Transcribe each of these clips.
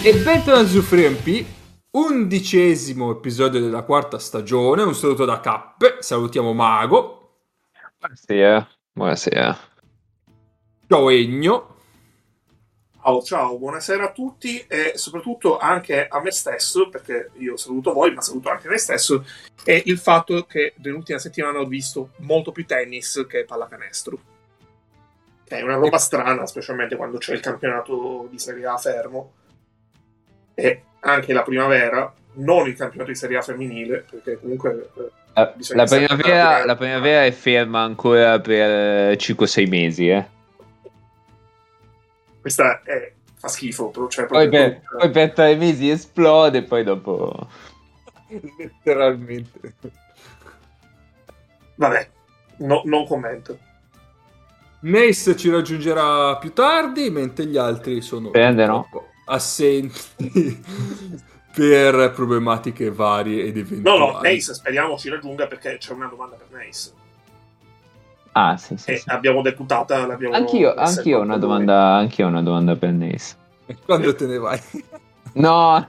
E bentornati su FreeMP, 11° episodio della quarta stagione. Un saluto da Cappe, salutiamo Mago. Buonasera, buonasera. Ciao Egno. Ciao, buonasera a tutti e soprattutto anche a me stesso, perché io saluto voi, ma saluto anche me stesso, e il fatto che nell'ultima settimana ho visto molto più tennis che pallacanestro. Che è una roba strana, specialmente quando c'è il campionato di Serie A fermo. E anche la primavera, non il campionato di Serie A femminile, perché comunque La primavera è ferma ancora per 5-6 mesi, Questa fa schifo, cioè Poi proprio per 3 mesi esplode e poi dopo... Letteralmente. Vabbè, non commento. Nace ci raggiungerà più tardi, mentre gli altri sono purtroppo assenti per problematiche varie ed eventuali. No, Nace speriamo ci raggiunga perché c'è una domanda per Nace. Ah, sì. Abbiamo deputata, l'abbiamo Anch'io ho una domanda per Nace. E quando te ne vai? No!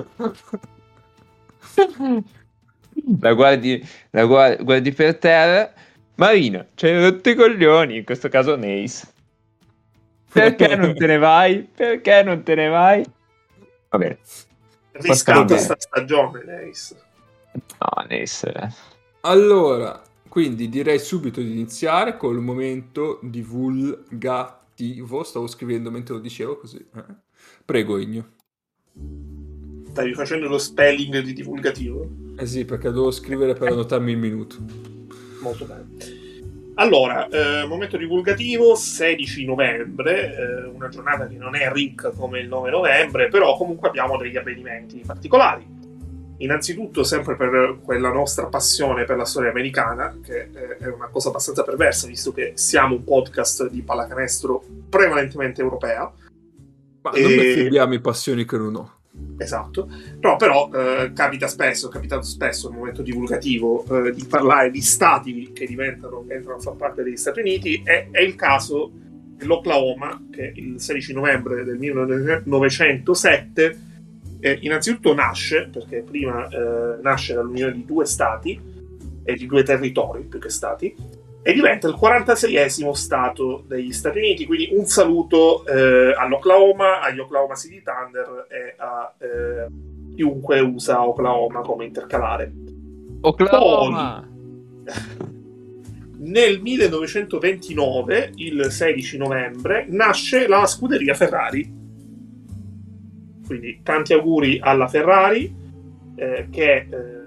La guardi per terra. Marina, c'hai rotto i coglioni, in questo caso Nace. Perché non te ne vai? Perché non te ne vai? Vabbè. Riscatta sta stagione, Nace. No, Nace. Allora, quindi direi subito di iniziare col momento divulgativo. Stavo scrivendo mentre lo dicevo così. Prego, Igno. Stavi facendo lo spelling di divulgativo? Eh sì, perché devo scrivere per annotarmi il minuto. Molto bene. Allora, momento divulgativo, 16 novembre, una giornata che non è ricca come il 9 novembre, però comunque abbiamo degli avvenimenti particolari. Innanzitutto, sempre per quella nostra passione per la storia americana, che è una cosa abbastanza perversa, visto che siamo un podcast di pallacanestro prevalentemente europea. Ma non mi affibbiamo i passioni che non ho. Esatto, no, però è capitato spesso nel momento divulgativo di parlare di stati che entrano a far parte degli Stati Uniti. È il caso dell'Oklahoma, che il 16 novembre del 1907 innanzitutto nasce, perché prima nasce dall'unione di due stati e di due territori più che stati, e diventa il 46esimo stato degli Stati Uniti. Quindi un saluto all'Oklahoma, agli Oklahoma City Thunder e a chiunque usa Oklahoma come intercalare. Oklahoma! Poi, nel 1929, il 16 novembre, nasce la scuderia Ferrari. Quindi tanti auguri alla Ferrari, che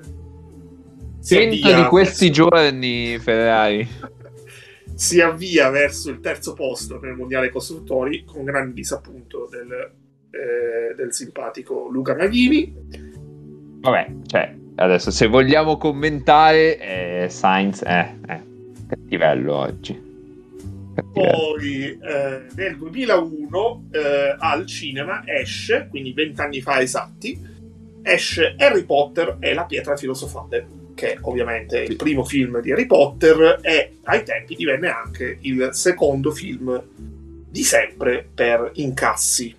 100 di questi giorni Ferrari si avvia verso il terzo posto nel mondiale costruttori, con grande disappunto del simpatico Luca Maghini. Vabbè, cioè, adesso se vogliamo commentare, Sainz è cattivello oggi. Poi nel 2001 al cinema esce, quindi 20 anni fa esatti, esce Harry Potter e la pietra filosofale, che ovviamente è il primo film di Harry Potter e ai tempi divenne anche il secondo film di sempre per incassi,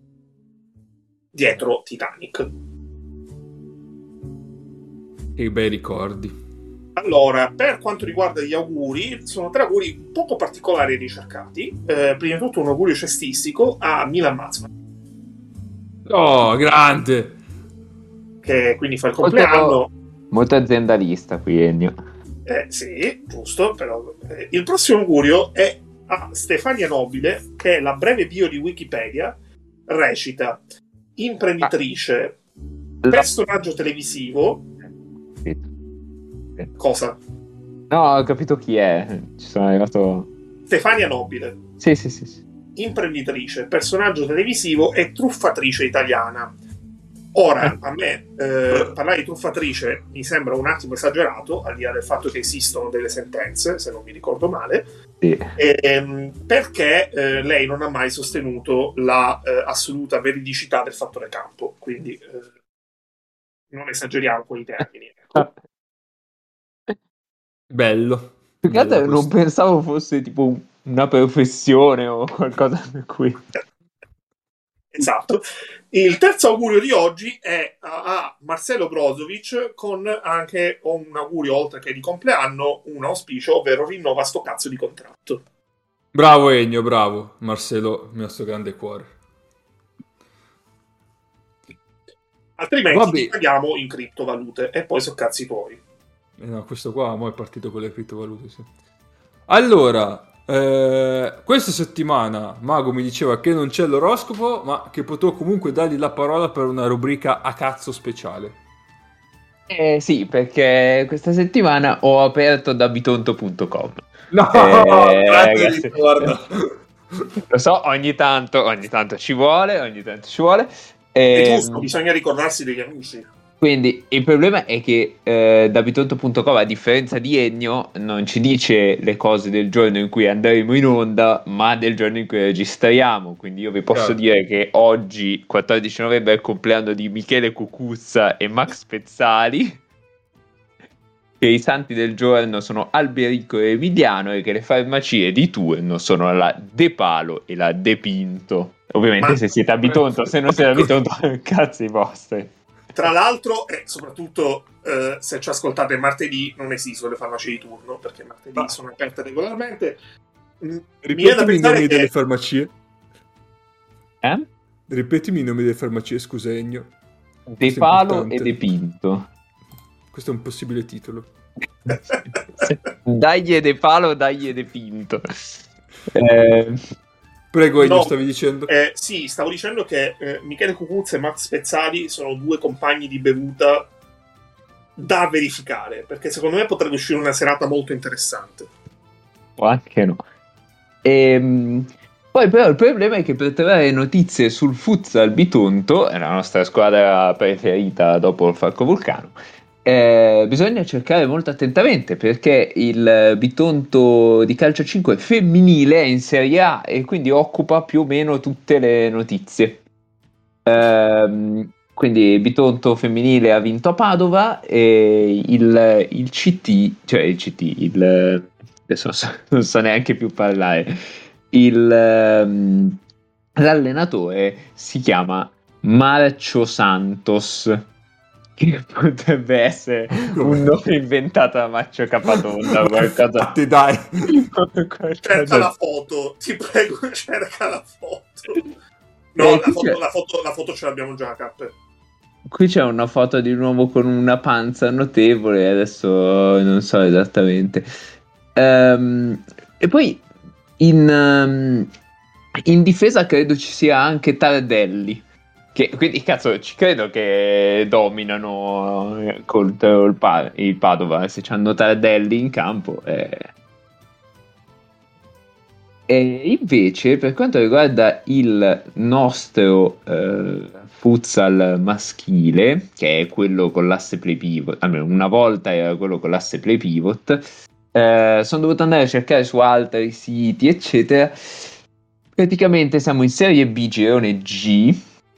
dietro Titanic. Che bei ricordi. Allora, per quanto riguarda gli auguri, sono 3 auguri poco particolari e ricercati. Prima di tutto un augurio cestistico a Milan Mazman. Oh, grande! Che quindi fa il compleanno. Molto aziendalista qui, Ennio. Sì, giusto, però il prossimo augurio è a Stefania Nobile, che è la breve bio di Wikipedia, recita imprenditrice, personaggio televisivo. Cosa? No, ho capito chi è. Ci sono arrivato. Stefania Nobile. Sì. Imprenditrice, personaggio televisivo e truffatrice italiana. Ora, a me parlare di truffatrice mi sembra un attimo esagerato, al di là del fatto che esistono delle sentenze, se non mi ricordo male, sì. Perché lei non ha mai sostenuto la assoluta veridicità del fattore campo, quindi non esageriamo con i termini. Ecco. Bello. Più che altro non pensavo fosse tipo una professione o qualcosa per cui... Esatto. Il terzo augurio di oggi è a Marcelo Brozovic, con anche un augurio, oltre che di compleanno, un auspicio, ovvero rinnova sto cazzo di contratto. Bravo Ennio, bravo. Marcelo, mi ha sto grande cuore. Altrimenti ti paghiamo in criptovalute e poi so cazzi tuoi. No, questo qua mo è partito con le criptovalute, sì. Allora, questa settimana Mago mi diceva che non c'è l'oroscopo, ma che potevo comunque dargli la parola per una rubrica a cazzo speciale. Sì, perché questa settimana ho aperto dabitonto.com. No, ragazzi, lo so, ogni tanto ci vuole, È giusto, bisogna ricordarsi degli amici. Quindi il problema è che dabitonto.com, a differenza di Ennio, non ci dice le cose del giorno in cui andremo in onda, ma del giorno in cui registriamo. Quindi io vi posso dire che oggi, 14 novembre, è il compleanno di Michele Cucuzza e Max Pezzali, che i santi del giorno sono Alberico e Emiliano, e che le farmacie di turno sono la De Palo e la De Pinto. Ovviamente se siete a Bitonto, se non siete a Bitonto, cazzi vostri. Tra l'altro, e soprattutto se ci ascoltate martedì, non esistono le farmacie di turno, perché martedì sono aperte regolarmente. Ripetimi i nomi delle farmacie. Ripetimi i nomi delle farmacie, scusa Ennio. De Palo e De Pinto. Questo è un possibile titolo. Dagli De Palo, dagli De Pinto. Prego, Ennio, stavi dicendo? Sì, stavo dicendo che Michele Cucuzza e Max Pezzali sono due compagni di bevuta da verificare, perché secondo me potrebbe uscire una serata molto interessante. O anche no. Poi però il problema è che per trovare notizie sul futsal Bitonto, la nostra squadra preferita dopo il Falco Vulcano, bisogna cercare molto attentamente, perché il Bitonto di calcio 5 femminile è in Serie A e quindi occupa più o meno tutte le notizie. Quindi Bitonto femminile ha vinto a Padova e il CT, cioè il CT, adesso non so neanche più parlare, l'allenatore si chiama Marcio Santos, che potrebbe essere un nome inventato da Maccio Capatonda o qualcosa. Dai. Cerca la foto, ti prego, cerca la foto. No, la foto ce l'abbiamo già, Cappe. Qui c'è una foto di un uomo con una panza notevole, adesso non so esattamente. E poi in difesa credo ci sia anche Tardelli. Quindi cazzo, ci credo che dominano contro il Padova, se c'hanno Tardelli in campo. E invece, per quanto riguarda il nostro futsal maschile, che è quello con l'asse play pivot, almeno una volta era quello con l'asse play pivot, sono dovuto andare a cercare su altri siti, eccetera. Praticamente siamo in Serie B, girone G,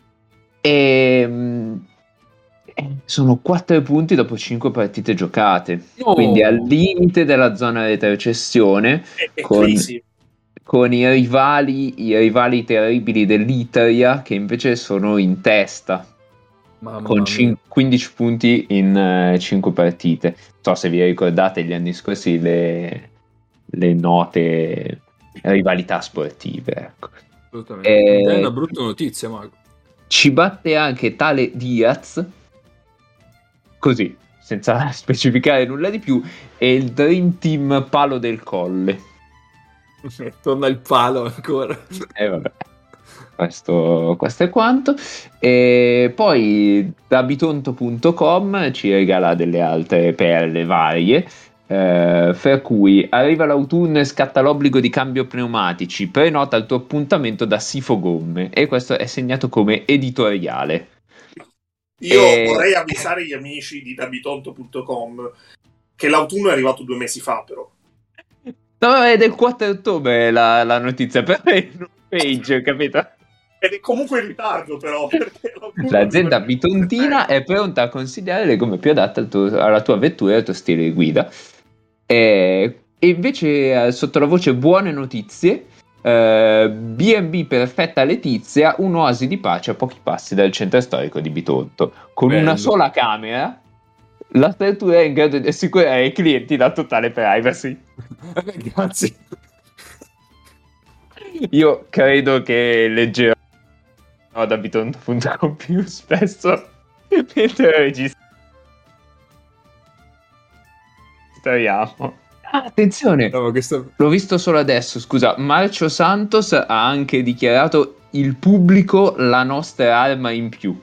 e sono 4 punti dopo 5 partite giocate, quindi al limite della zona retrocessione, con i rivali terribili dell'Italia, che invece sono in testa. Con 15 punti in 5 partite. Non so se vi ricordate gli anni scorsi le note rivalità sportive, ecco. Assolutamente. È una brutta notizia, Mago. Ci batte anche tale Diaz, così, senza specificare nulla di più, e il Dream Team Palo del Colle. Torna il palo ancora. Vabbè. Questo è quanto. E poi dabitonto.com ci regala delle altre perle varie, fra cui arriva l'autunno e scatta l'obbligo di cambio pneumatici, prenota il tuo appuntamento da Sifo Gomme, e questo è segnato come editoriale. Io vorrei avvisare gli amici di dabitonto.com che l'autunno è arrivato 2 mesi fa, però. No, è del 4 ottobre la notizia, però è in page, capito? Ed è comunque in ritardo, però. L'azienda bitontina è pronta a consigliare le gomme più adatte alla tua vettura e al tuo stile di guida. E invece, sotto la voce buone notizie, B&B Perfetta Letizia, un'oasi di pace a pochi passi dal centro storico di Bitonto, con Bello. una sola camera. La struttura è in grado di assicurare ai clienti la totale privacy. Grazie. Io credo che leggerò da Bitonto.com più spesso mentre registriamo. Attenzione, No, ma questo... l'ho visto solo adesso, scusa, Marcio Santos ha anche dichiarato il pubblico la nostra arma in più.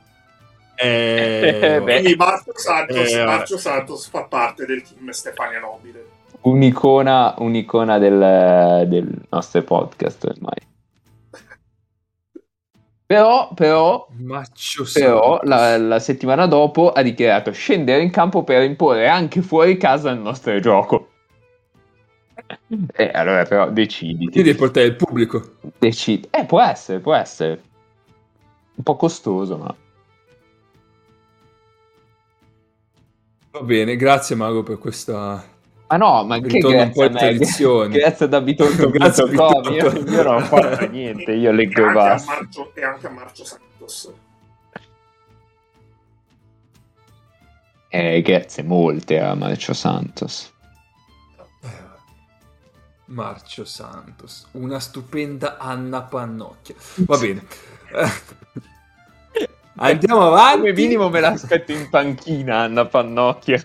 Beh. Quindi Marcio Santos fa parte del team Stefania Nobile. Un'icona del nostro podcast ormai. Però la settimana dopo ha dichiarato scendere in campo per imporre anche fuori casa il nostro gioco. Allora però deciditi. Ti devi portare il pubblico. Decidi. Può essere. Un po' costoso, ma... Va bene, grazie Mago per questa... Ma no, ma che ritorno un po' in grazie a me? tradizione. Grazie da Bitonto.com. Grazie a Bitonto. Io non ho fatto niente, io leggo e basta. E anche a Marcio Santos. Grazie molte a Marcio Santos. Marcio Santos, una stupenda Anna Pannocchia. Va bene. Andiamo avanti. Come minimo me l'aspetto in panchina, Anna Pannocchia.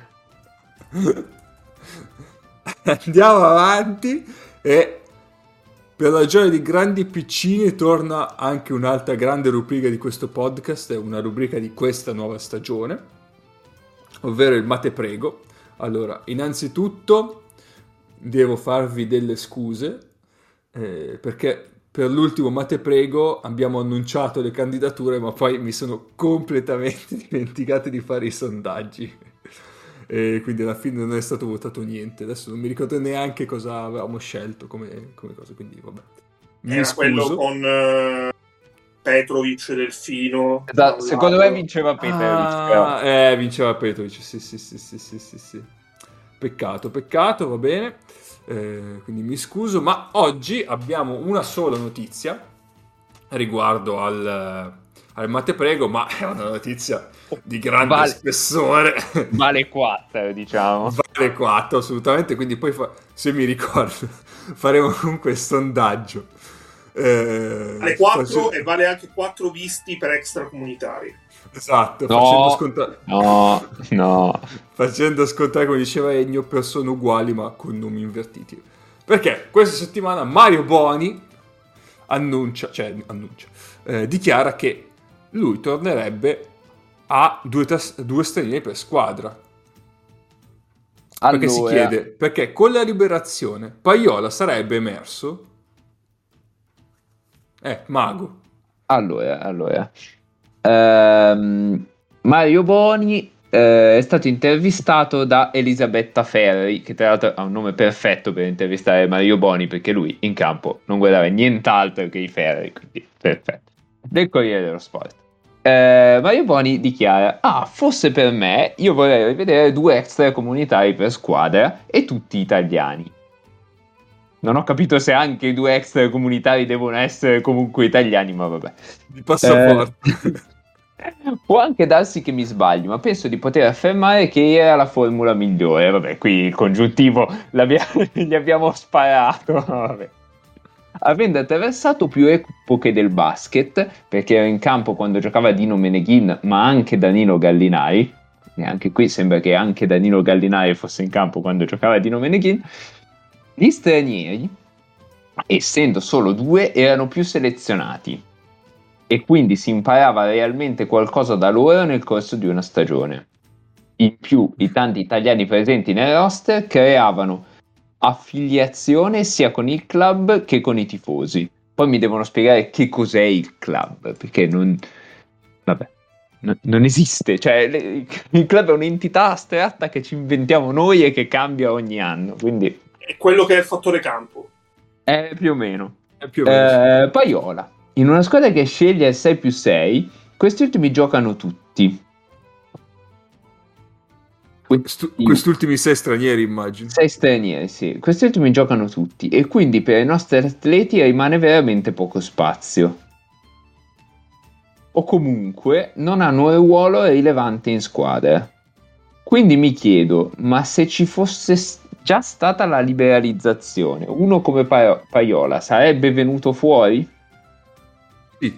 Andiamo avanti e per la gioia di grandi piccini torna anche un'altra grande rubrica di questo podcast, è una rubrica di questa nuova stagione, ovvero il Mate Prego. Allora, innanzitutto devo farvi delle scuse perché per l'ultimo Mate Prego abbiamo annunciato le candidature, ma poi mi sono completamente dimenticato di fare i sondaggi e quindi alla fine non è stato votato niente. Adesso non mi ricordo neanche cosa avevamo scelto come cosa, quindi vabbè. Era quello con Petrovic, Delfino. Esatto, secondo me vinceva Petrovic. Vinceva Petrovic, sì. Peccato, va bene. Quindi mi scuso, ma oggi abbiamo una sola notizia riguardo al Mate Prego, ma è una notizia di grande spessore. Vale 4, diciamo. Vale 4, assolutamente, quindi poi se mi ricordo faremo comunque il sondaggio. Vale 4 e vale anche 4 visti per extracomunitari. Esatto, facendo scontare, come diceva Ennio, persone uguali ma con nomi invertiti. Perché questa settimana Mario Boni dichiara che lui tornerebbe a due stranieri per squadra. Perché si chiede, perché con la liberazione Paiola sarebbe emerso? Mago. Allora. Mario Boni è stato intervistato da Elisabetta Ferri, che tra l'altro ha un nome perfetto per intervistare Mario Boni, perché lui in campo non guardava nient'altro che i Ferri, quindi perfetto. Del Corriere dello Sport. Mario Boni dichiara: fosse per me, io vorrei vedere 2 extracomunitari per squadra e tutti italiani. Non ho capito se anche i 2 extracomunitari devono essere comunque italiani, ma vabbè. Di passaporto. Può anche darsi che mi sbagli, ma penso di poter affermare che era la formula migliore. Vabbè, qui il congiuntivo gli abbiamo sparato. Vabbè. Avendo attraversato più epoche del basket, perché era in campo quando giocava Dino Meneghin, ma anche Danilo Gallinari, e anche qui sembra che anche Danilo Gallinari fosse in campo quando giocava Dino Meneghin, gli stranieri, essendo solo 2, erano più selezionati e quindi si imparava realmente qualcosa da loro nel corso di una stagione. In più, i tanti italiani presenti nel roster creavano affiliazione sia con il club che con i tifosi. Poi mi devono spiegare che cos'è il club, perché non esiste. Cioè, il club è un'entità astratta che ci inventiamo noi e che cambia ogni anno, quindi è quello che è il fattore campo. Più o meno. Paiola. In una squadra che sceglie il 6+6, questi ultimi giocano tutti. Questi ultimi 6 stranieri, immagino. 6 stranieri, sì. Questi ultimi giocano tutti e quindi per i nostri atleti rimane veramente poco spazio. O comunque non hanno un ruolo rilevante in squadra. Quindi mi chiedo, ma se ci fosse già stata la liberalizzazione, uno come Paiola sarebbe venuto fuori? Sì.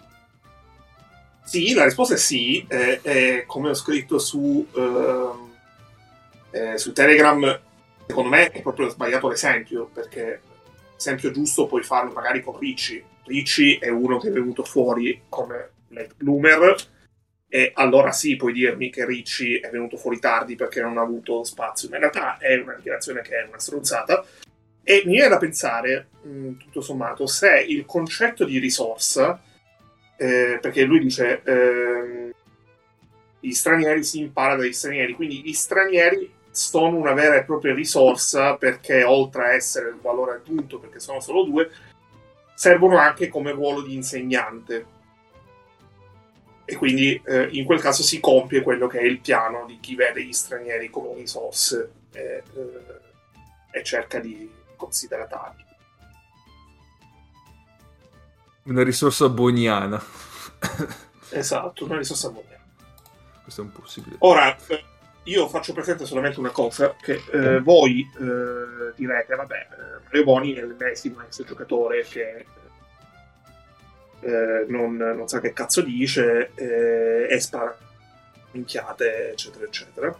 Sì, la risposta è sì. Come ho scritto su Telegram, secondo me è proprio sbagliato l'esempio, perché l'esempio giusto puoi farlo magari con Ricci. Ricci è uno che è venuto fuori come late bloomer, e allora sì, puoi dirmi che Ricci è venuto fuori tardi perché non ha avuto spazio, ma in realtà è una dichiarazione che è una stronzata. E mi viene da pensare, tutto sommato, se il concetto di risorsa, perché lui dice gli stranieri si impara dagli stranieri, quindi gli stranieri sono una vera e propria risorsa, perché oltre a essere il valore aggiunto, perché sono solo 2, servono anche come ruolo di insegnante. E quindi in quel caso si compie quello che è il piano di chi vede gli stranieri come risorse e cerca di considerarli. Una risorsa boniana. Esatto, una risorsa buona. Questo è un possibile. Ora, io faccio presente solamente una cosa, che voi direte, vabbè, Mario Boni è l'ennesimo ex giocatore che non sa che cazzo dice e spara minchiate, eccetera, eccetera.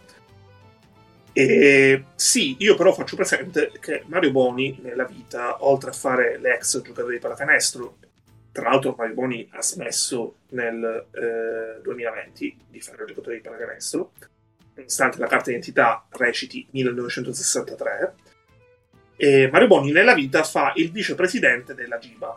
E sì, io però faccio presente che Mario Boni nella vita, oltre a fare l'ex giocatore di pallacanestro, tra l'altro Mario Boni ha smesso nel 2020 di fare il giocatore di pallacanestro, nonostante la carta d'identità reciti 1963, e Mario Boni nella vita fa il vicepresidente della GIBA.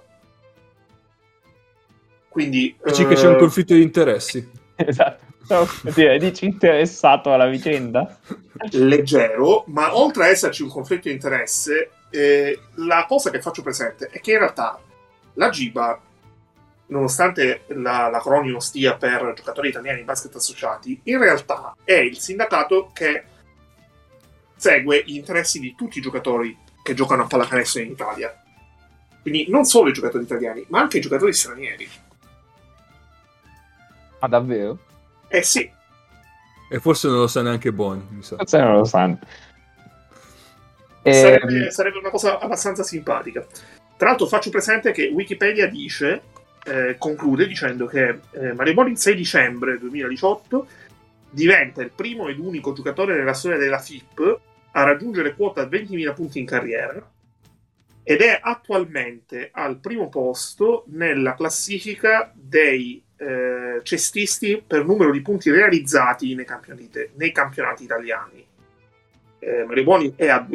Quindi Dici che c'è un conflitto di interessi. Esatto. Dici interessato alla vicenda? Leggero, ma oltre a esserci un conflitto di interesse, la cosa che faccio presente è che in realtà la GIBA, nonostante l'acronimo stia per giocatori italiani di basket associati, in realtà è il sindacato che segue gli interessi di tutti i giocatori che giocano a pallacanestro in Italia. Quindi non solo i giocatori italiani, ma anche i giocatori stranieri. Ah, davvero? Eh sì. E forse non lo sa neanche Boni, mi sa. Forse non lo sanno. Sarebbe una cosa abbastanza simpatica. Tra l'altro faccio presente che Wikipedia dice, conclude dicendo che Mario Boni il 6 dicembre 2018 diventa il primo ed unico giocatore nella storia della FIP a raggiungere quota 20.000 punti in carriera ed è attualmente al primo posto nella classifica dei cestisti per numero di punti realizzati nei campionati italiani. Mario Boni è a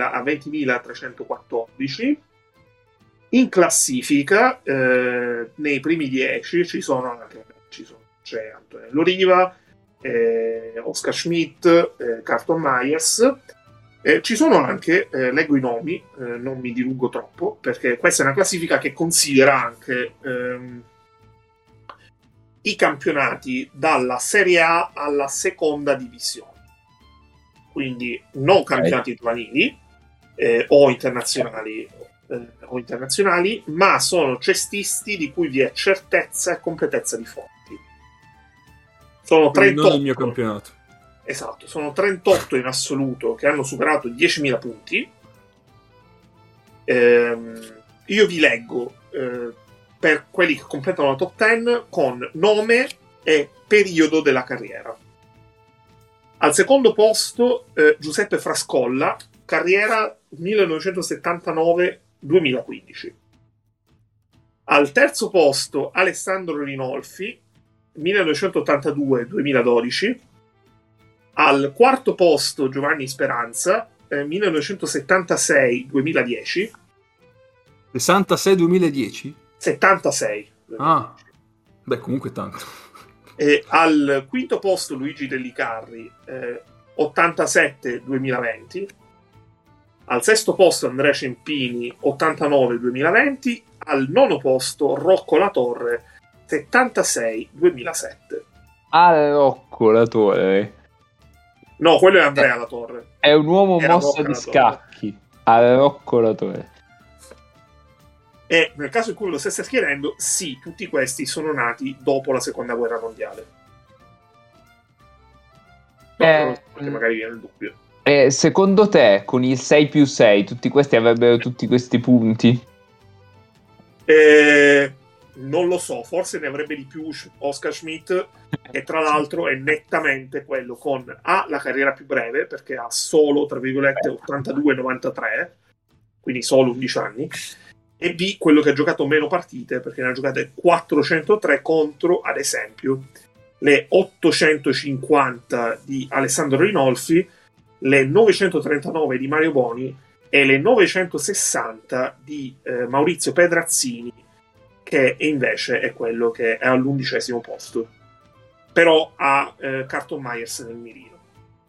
20.314. In classifica nei primi 10 c'è Antonello Riva, Oscar Schmidt, Carlton Myers. Ci sono anche, leggo i nomi, non mi dilungo troppo, perché questa è una classifica che considera anche i campionati dalla Serie A alla seconda divisione. Quindi non campionati giovanili o internazionali, ma sono cestisti di cui vi è certezza e completezza di fonti. Sono 38. Non il mio campionato. Esatto, sono 38 in assoluto che hanno superato 10.000 punti. Io vi leggo per quelli che completano la top 10 con nome e periodo della carriera. Al secondo posto Giuseppe Frascolla, carriera 1979-2015. Al terzo posto Alessandro Rinolfi, 1982-2012. Al quarto posto Giovanni Speranza, 1976-2010. 66-2010? 76. Ah, beh, comunque tanto. E al quinto posto Luigi Dellicarri, 87-2020. Al sesto posto Andrea Cempini, 89-2020. Al nono posto Rocco Latorre, 76-2007. Ah, Rocco Latorre. No, quello è Andrea La Torre. È un uomo Era mosso Rocca di La Torre. scacchi. A Rocco La Torre. E nel caso in cui lo stesse chiedendo, sì, tutti questi sono nati dopo la seconda guerra mondiale. No, perché magari viene il dubbio. Secondo te, con il 6+6, tutti questi avrebbero tutti questi punti? Non lo so, forse ne avrebbe di più Oscar Schmidt, che tra l'altro è nettamente quello con A, la carriera più breve, perché ha solo, tra virgolette, 82-93, quindi solo 11 anni, e B, quello che ha giocato meno partite, perché ne ha giocate 403 contro, ad esempio, le 850 di Alessandro Rinolfi, le 939 di Mario Boni e le 960 di Maurizio Pedrazzini, che invece è quello che è all'11° posto, però ha Carton Myers nel mirino.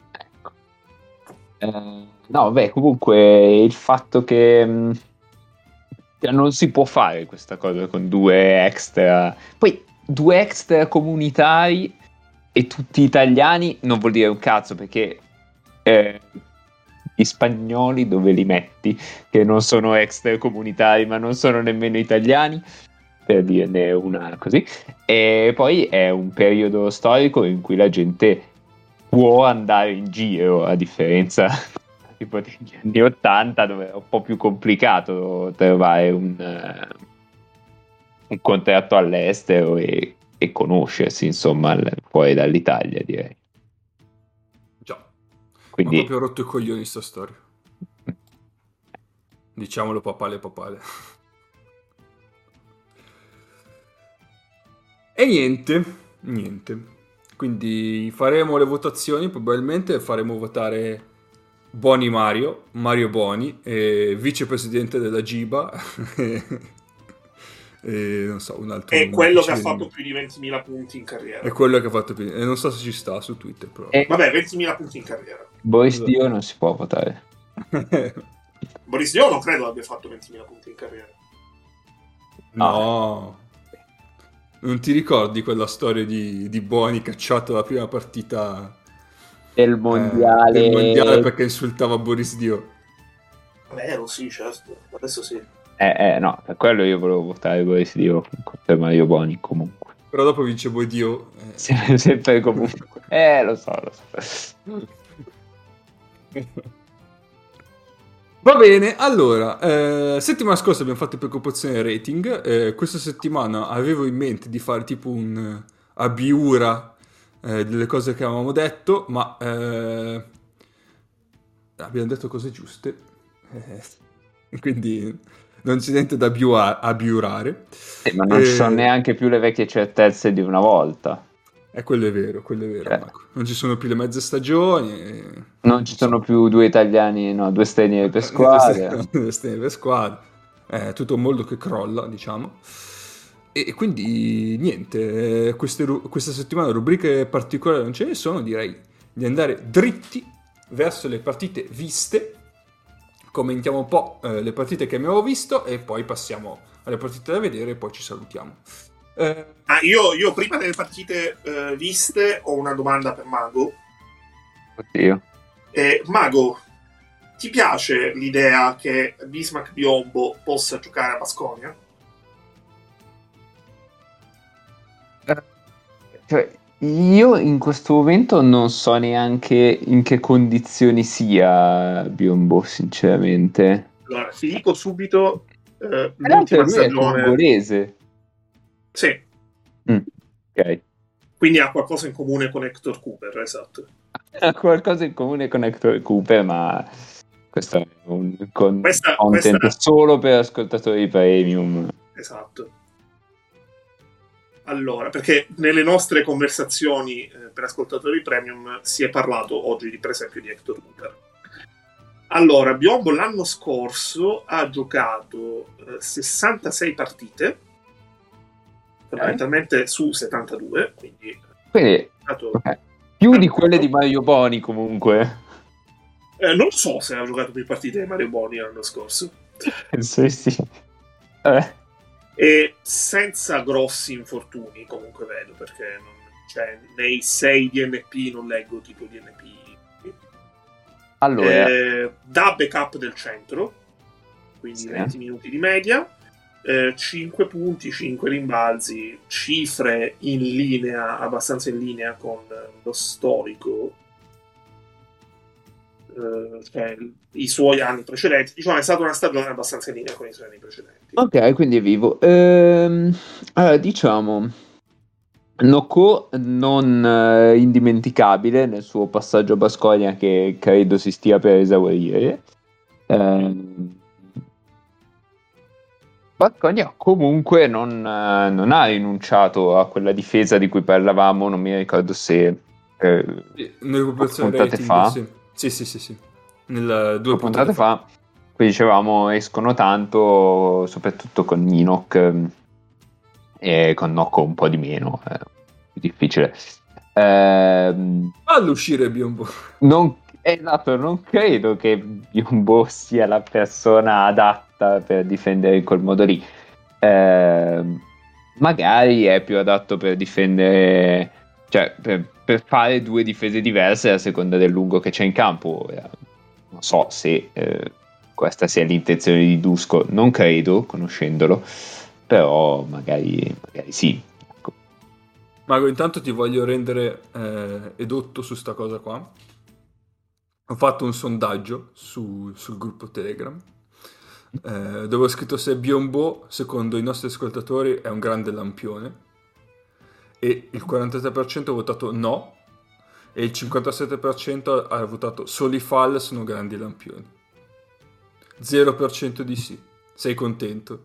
No, beh, comunque il fatto che non si può fare questa cosa con due extra, poi due extra comunitari e tutti italiani non vuol dire un cazzo, perché gli spagnoli dove li metti, che non sono extracomunitari ma non sono nemmeno italiani, per dirne una così. E poi è un periodo storico in cui la gente può andare in giro, a differenza tipo degli anni 80, dove è un po' più complicato trovare un contratto all'estero e conoscersi, insomma, fuori dall'Italia, direi. Già. Quindi Ma proprio rotto i coglioni sta storia. Diciamolo papale. E niente. Quindi faremo le votazioni, probabilmente faremo votare Boni Mario Boni, vicepresidente della GIBA, e non so, un altro. È quello che ha fatto più di 20.000 punti in carriera. È quello che ha fatto più. E non so se ci sta su Twitter, però. Vabbè, 20.000 punti in carriera. Boris Dio non si può votare. Boris Dio non credo abbia fatto 20.000 punti in carriera. No. Non ti ricordi quella storia di Boni cacciato alla prima partita del mondiale perché insultava Boris Dio? Vero, sì, certo. Adesso sì. No, per quello io volevo votare Boris Dio per Mario Boni comunque. Però dopo vince Bodio. Sempre comunque. Lo so. Va bene, allora, settimana scorsa abbiamo fatto preoccupazione rating, questa settimana avevo in mente di fare tipo un abiura delle cose che avevamo detto, ma abbiamo detto cose giuste, quindi non c'è niente da abiurare. Ma non ci sono neanche più le vecchie certezze di una volta. Quello è vero, Marco. Non ci sono più le mezze stagioni. Non ci sono più due italiani, no, due stranieri per squadra. Due stranieri per squadra. Tutto un mondo che crolla, diciamo. E quindi niente, questa settimana rubriche particolari non ce ne sono, direi di andare dritti verso le partite viste. Commentiamo un po' le partite che abbiamo visto e poi passiamo alle partite da vedere e poi ci salutiamo. Io prima delle partite viste ho una domanda per Mago. Oddio. Mago, ti piace l'idea che Bismarck Biondo possa giocare a Baskonia? Cioè, io in questo momento non so neanche in che condizioni sia Biombo, sinceramente. Allora, ti dico subito l'ultima stagione. È congolese. Sì. Ok. Quindi ha qualcosa in comune con Hector Cooper, esatto. Ha qualcosa in comune con Hector Cooper, ma questo è un content solo per ascoltatori premium. Esatto. Allora, perché nelle nostre conversazioni per ascoltatori premium si è parlato oggi, per esempio, di Hector Cooper. Allora, Biombo l'anno scorso ha giocato 66 partite, fondamentalmente su 72, quindi più di quelle di Mario Boni comunque. Non so se ha giocato più partite di Mario Boni l'anno scorso. Sì. E senza grossi infortuni, comunque vedo, perché nei 6 DNP non leggo tipo DNP Allora, da backup del centro, quindi sì. 20 minuti di media, 5 punti, 5 rimbalzi, cifre in linea, abbastanza in linea con lo storico, cioè i suoi anni precedenti. Diciamo è stata una stagione abbastanza in linea con i suoi anni precedenti. Ok, quindi è vivo. Allora, diciamo, Noko non indimenticabile nel suo passaggio a Baskonia che credo si stia per esaurire. Baskonia comunque non ha rinunciato a quella difesa di cui parlavamo, non mi ricordo se Nell'occupazione puntate rating, fa. sì. Nel 2 puntate fa, qui dicevamo escono tanto, soprattutto con Ninok e con Nocco un po' di meno, è più difficile. All'uscire Biombo. Esatto, non credo che Biombo sia la persona adatta per difendere in quel modo lì. Magari è più adatto per difendere, cioè per fare due difese diverse a seconda del lungo che c'è in campo. Non so se questa sia l'intenzione di Dusko, non credo, conoscendolo, però magari sì. Ecco. Mago, intanto ti voglio rendere edotto su sta cosa qua. Ho fatto un sondaggio sul gruppo Telegram dove ho scritto se Biombo, secondo i nostri ascoltatori, è un grande lampione, e il 43% ha votato no e il 57% ha votato solo i fall sono grandi lampioni. 0% di sì. Sei contento?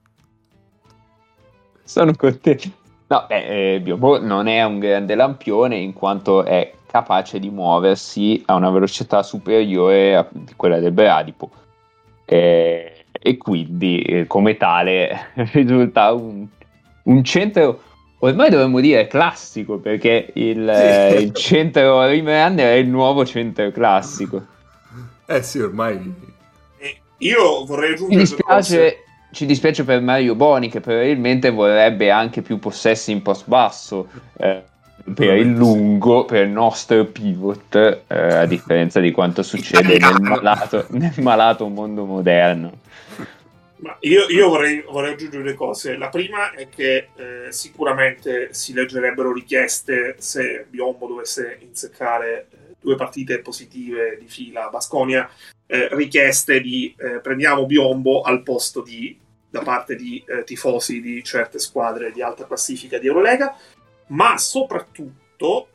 Sono contento. No, Biombo non è un grande lampione in quanto è capace di muoversi a una velocità superiore a quella del Bradipo e quindi come tale risulta un centro, ormai dovremmo dire classico, perché il centro rimrunner è il nuovo centro classico. Sì, ormai. Io vorrei aggiungere ci dispiace per Mario Boni, che probabilmente vorrebbe anche più possessi in post basso per il lungo, per il nostro pivot, a differenza di quanto succede nel malato mondo moderno. Ma io vorrei aggiungere due cose. La prima è che sicuramente si leggerebbero richieste se Biombo dovesse inseccare 2 partite positive di fila a Baskonia, richieste di prendiamo Biombo al posto da parte di tifosi di certe squadre di alta classifica di Eurolega, ma soprattutto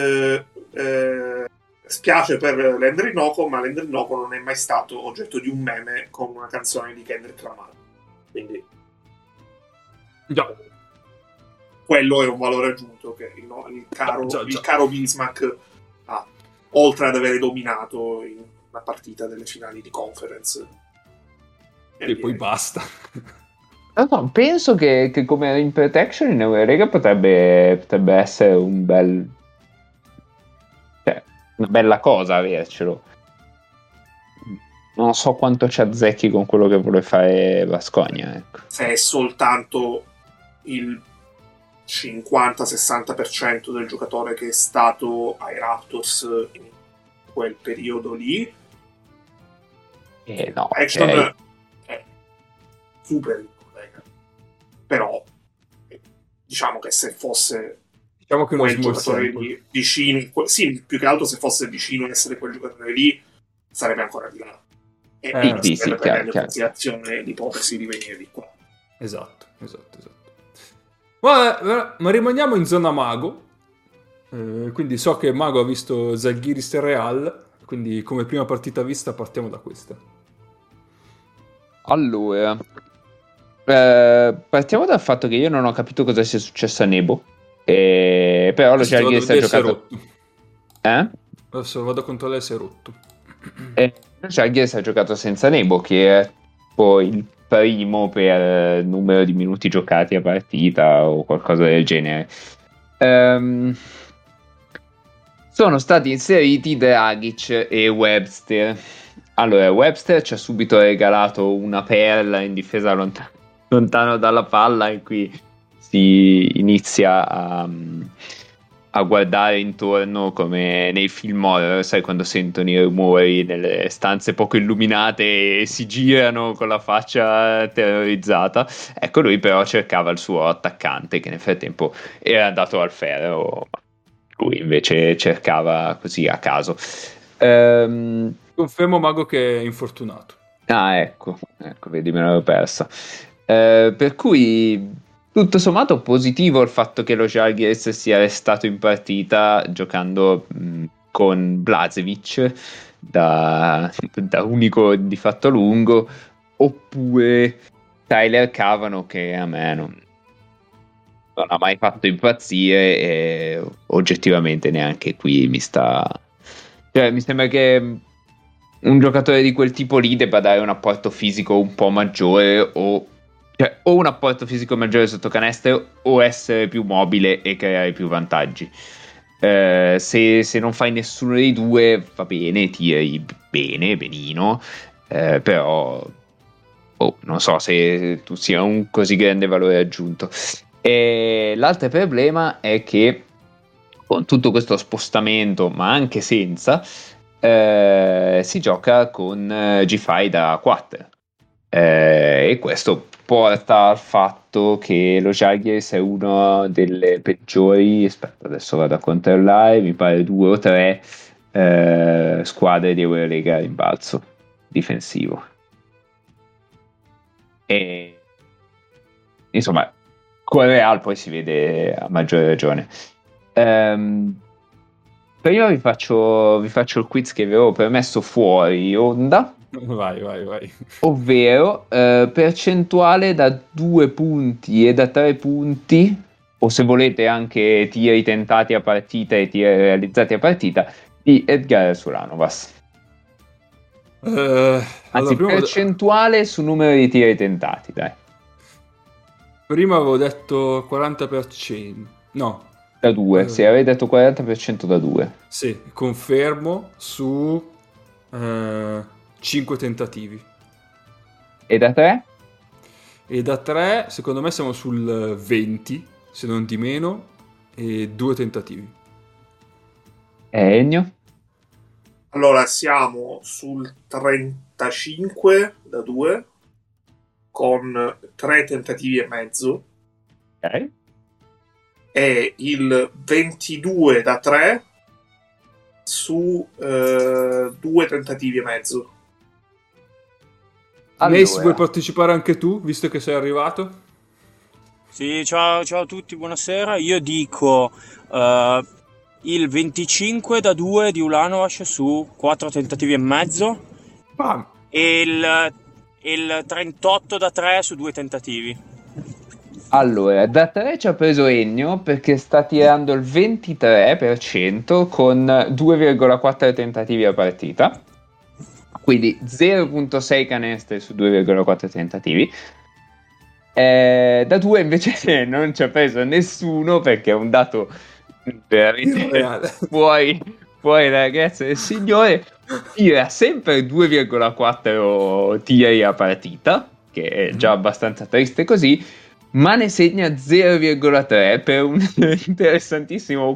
spiace per Landry Noko, ma Landry Noko non è mai stato oggetto di un meme con una canzone di Kendrick Lamar, quindi quello è un valore aggiunto che il caro Bismack ha, oltre ad avere dominato in una partita delle finali di conference e poi basta. No, penso che come rim protection in Eurolega potrebbe essere una bella cosa avercelo. Non so quanto ci azzecchi con quello che vuole fare Baskonia, ecco. Se è soltanto il 50-60% del giocatore che è stato ai Raptors in quel periodo lì, no, Action è super in collega. Però diciamo che se fosse quel giocatore lì vicino, sì, più che altro se fosse vicino a essere quel giocatore lì sarebbe ancora di là, e sarebbe prendendo in considerazione l'ipotesi di venire di qua. Esatto. Ma rimaniamo in zona Mago, quindi so che Mago ha visto Zalgiris e Real, quindi come prima partita vista partiamo da questa. Allora, partiamo dal fatto che io non ho capito cosa sia successo a Nebo, però lo Zalgiris ha giocato. Adesso vado a controllare se è rotto. Lo Zalgiris ha giocato senza Nebo, che è poi il primo per numero di minuti giocati a partita o qualcosa del genere. Sono stati inseriti Dragic e Webster. Allora, Webster ci ha subito regalato una perla in difesa lontano dalla palla, e qui si inizia a guardare intorno come nei film horror, sai, quando sentono i rumori nelle stanze poco illuminate e si girano con la faccia terrorizzata. Ecco, lui però cercava il suo attaccante, che nel frattempo era andato al ferro, lui invece cercava così a caso. Confermo, Mago, che è infortunato. Ah, ecco, vedi, me l'avevo persa. Per cui, tutto sommato, positivo il fatto che lo Žalgiris sia restato in partita giocando con Blažević da unico di fatto lungo, oppure Tyler Cavano, che a me non ha mai fatto impazzire, e oggettivamente neanche qui mi sembra che un giocatore di quel tipo lì debba dare un apporto fisico un po' maggiore, o un apporto fisico maggiore sotto canestro, o essere più mobile e creare più vantaggi. Se non fai nessuno dei due, va bene, tiri bene, benino, però non so se tu sia un così grande valore aggiunto. E l'altro problema è che con tutto questo spostamento, ma anche senza, si gioca con G-Fai da 4, e questo porta al fatto che lo Žalgiris è una delle peggiori, aspetta, adesso vado a controllare, mi pare 2 o 3 squadre di Eurolega a rimbalzo difensivo, e insomma con Real poi si vede a maggior ragione. Prima vi faccio il quiz che vi avevo permesso fuori onda. Vai. Ovvero percentuale da 2 punti e da 3 punti, o se volete anche tiri tentati a partita e tiri realizzati a partita, di Edgar Ulanovas. Anzi, percentuale su numero di tiri tentati, dai. Prima avevo detto 40%. No. Da 2, sì, avevi detto 40% da 2. Sì, confermo su 5 tentativi. E da 3? E da 3, secondo me siamo sul 20, se non di meno, e 2 tentativi. E Ennio? Allora, siamo sul 35 da 2, con 3 tentativi e mezzo. Ok. E il 22 da 3 su 2 tentativi e mezzo. Allora. Mace, vuoi partecipare anche tu, visto che sei arrivato? Sì, ciao a tutti, buonasera. Io dico il 25 da 2 di Ulanovas su 4 tentativi e mezzo. Bam. E il 38 da 3 su 2 tentativi. Allora, da 3 ci ha preso Ennio perché sta tirando il 23% con 2,4 tentativi a partita, quindi 0,6 canestri su 2,4 tentativi. Da 2 invece non ci ha preso nessuno perché è un dato veramente fuori ragazzi del signore. Tira sempre 2,4 tiri a partita, che è già abbastanza triste così, ma ne segna 0,3 per un interessantissimo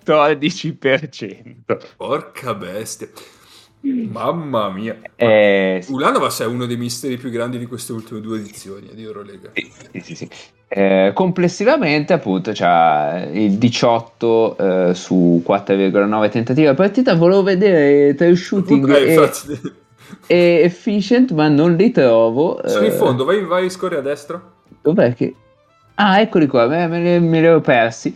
14%. Porca bestia. Mamma mia. Sì. Ulanovas è uno dei misteri più grandi di queste ultime 2 edizioni di Eurolega. Sì. Complessivamente appunto c'ha il 18 su 4,9 tentativi a partita. Volevo vedere true shooting e efficient, ma non li trovo. Sono in fondo, vai scorri a destra. Dov'è che... Ah, eccoli qua, me li ero persi.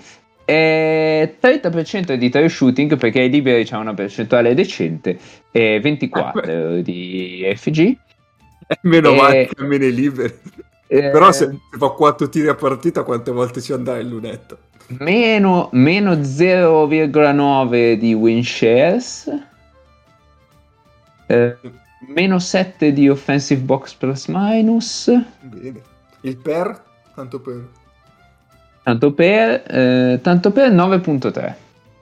30% di true shooting perché i liberi c'ha una percentuale decente, e 24 di FG. Meno male che almeno i liberi. Però se fa 4 tiri a partita, quante volte ci andrà in lunetta? Meno 0,9 di win shares, meno 7 di offensive box plus minus. Bene. Il per? Tanto per 9.3.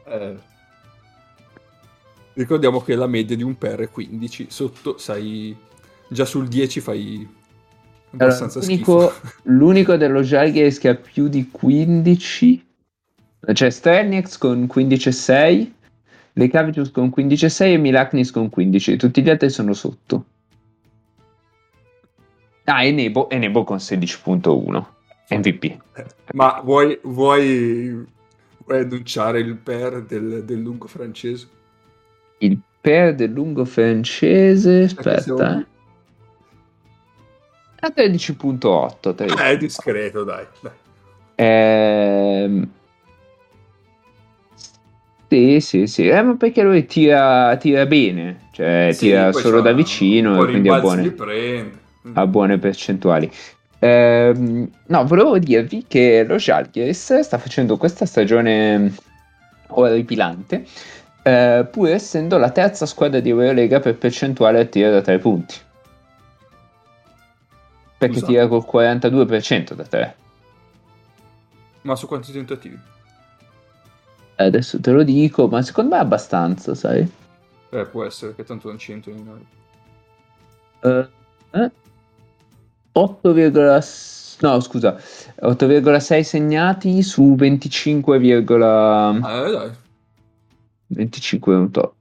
Ricordiamo che la media di un per è 15. Sotto sai, già sul 10 fai abbastanza schifo. L'unico dello Žalgiris che ha più di 15 C'è Sternieks con 15,6, Lecavicius con 15,6 e Milaknis con 15. Tutti gli altri sono sotto. E Nebo con 16,1 MVP. Ma vuoi annunciare il per del lungo francese? Il per del lungo francese, aspetta, a 13,8. È discreto, dai. Sì, ma perché lui tira bene, cioè Sì, tira poi solo c'ha da un vicino po' e quindi rimbalzi li prende. ha buone percentuali. No, volevo dirvi che lo Žalgiris sta facendo questa stagione orripilante, pur essendo la terza squadra di Eurolega per percentuale a tiro da 3 punti. Perché Scusa? tira col 42% da 3. Ma su quanti tentativi? Adesso te lo dico, ma secondo me è abbastanza, sai? Può essere, che tanto non c'entro in noi. 8,6 segnati su 25, Dai. 25,8.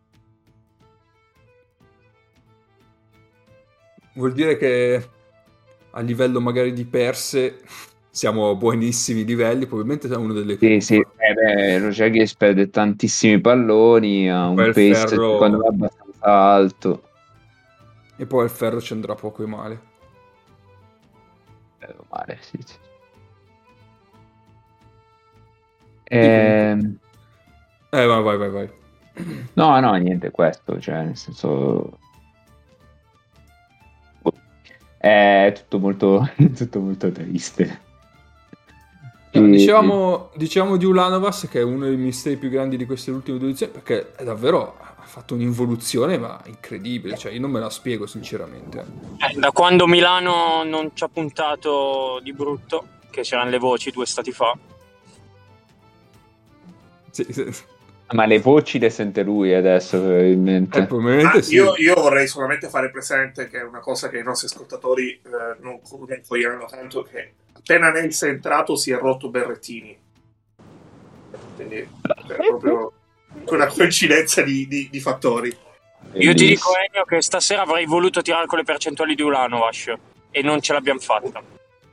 Vuol dire che a livello magari di perse siamo a buonissimi livelli, probabilmente è uno delle più. Sì. Lo Žalgiris perde tantissimi palloni, ha un Poi il pace Ferro- secondo me abbastanza alto. E poi il Ferro ci andrà poco e male. Male, sì. Vai. No, niente, questo, cioè, nel senso... È tutto molto, tutto molto triste. Diciamo di Ulanovas che è uno dei misteri più grandi di queste ultime 2 edizioni, perché è davvero ha fatto un'involuzione ma incredibile, cioè io non me la spiego sinceramente. Da quando Milano non ci ha puntato di brutto, che c'erano le voci 2 stati fa. Sì. Ma le voci le sente lui adesso, probabilmente. Probabilmente sì. Io vorrei solamente fare presente che è una cosa che i nostri ascoltatori non coglieranno tanto, che appena Nels è entrato si è rotto Berrettini. Quindi è proprio una coincidenza di fattori. Io ti dico, Ennio, che stasera avrei voluto tirare con le percentuali di Ulanovas e non ce l'abbiamo fatta.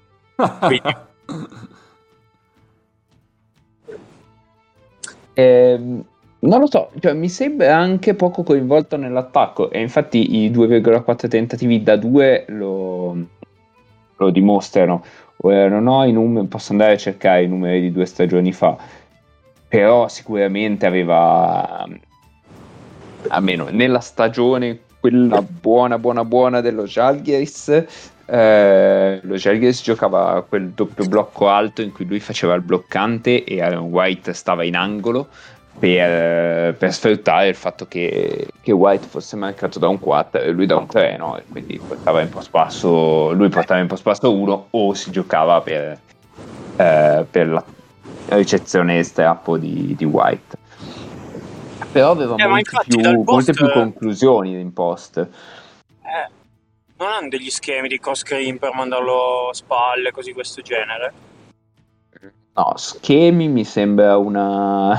Non lo so, cioè, mi sembra anche poco coinvolto nell'attacco e infatti i 2,4 tentativi da 2 lo dimostrano. Non ho i numeri, posso andare a cercare i numeri di 2 stagioni fa, però sicuramente aveva, almeno nella stagione quella buona dello Žalgiris, lo Žalgiris giocava quel doppio blocco alto in cui lui faceva il bloccante e Aaron White stava in angolo per sfruttare il fatto che White fosse marcato da un 4 e lui da un 3, no? E quindi portava in post basso 1 o si giocava per la ricezione strappo di White. Però aveva molte più conclusioni in post. Non hanno degli schemi di cross screen per mandarlo a spalle, così questo genere? No, schemi mi sembra una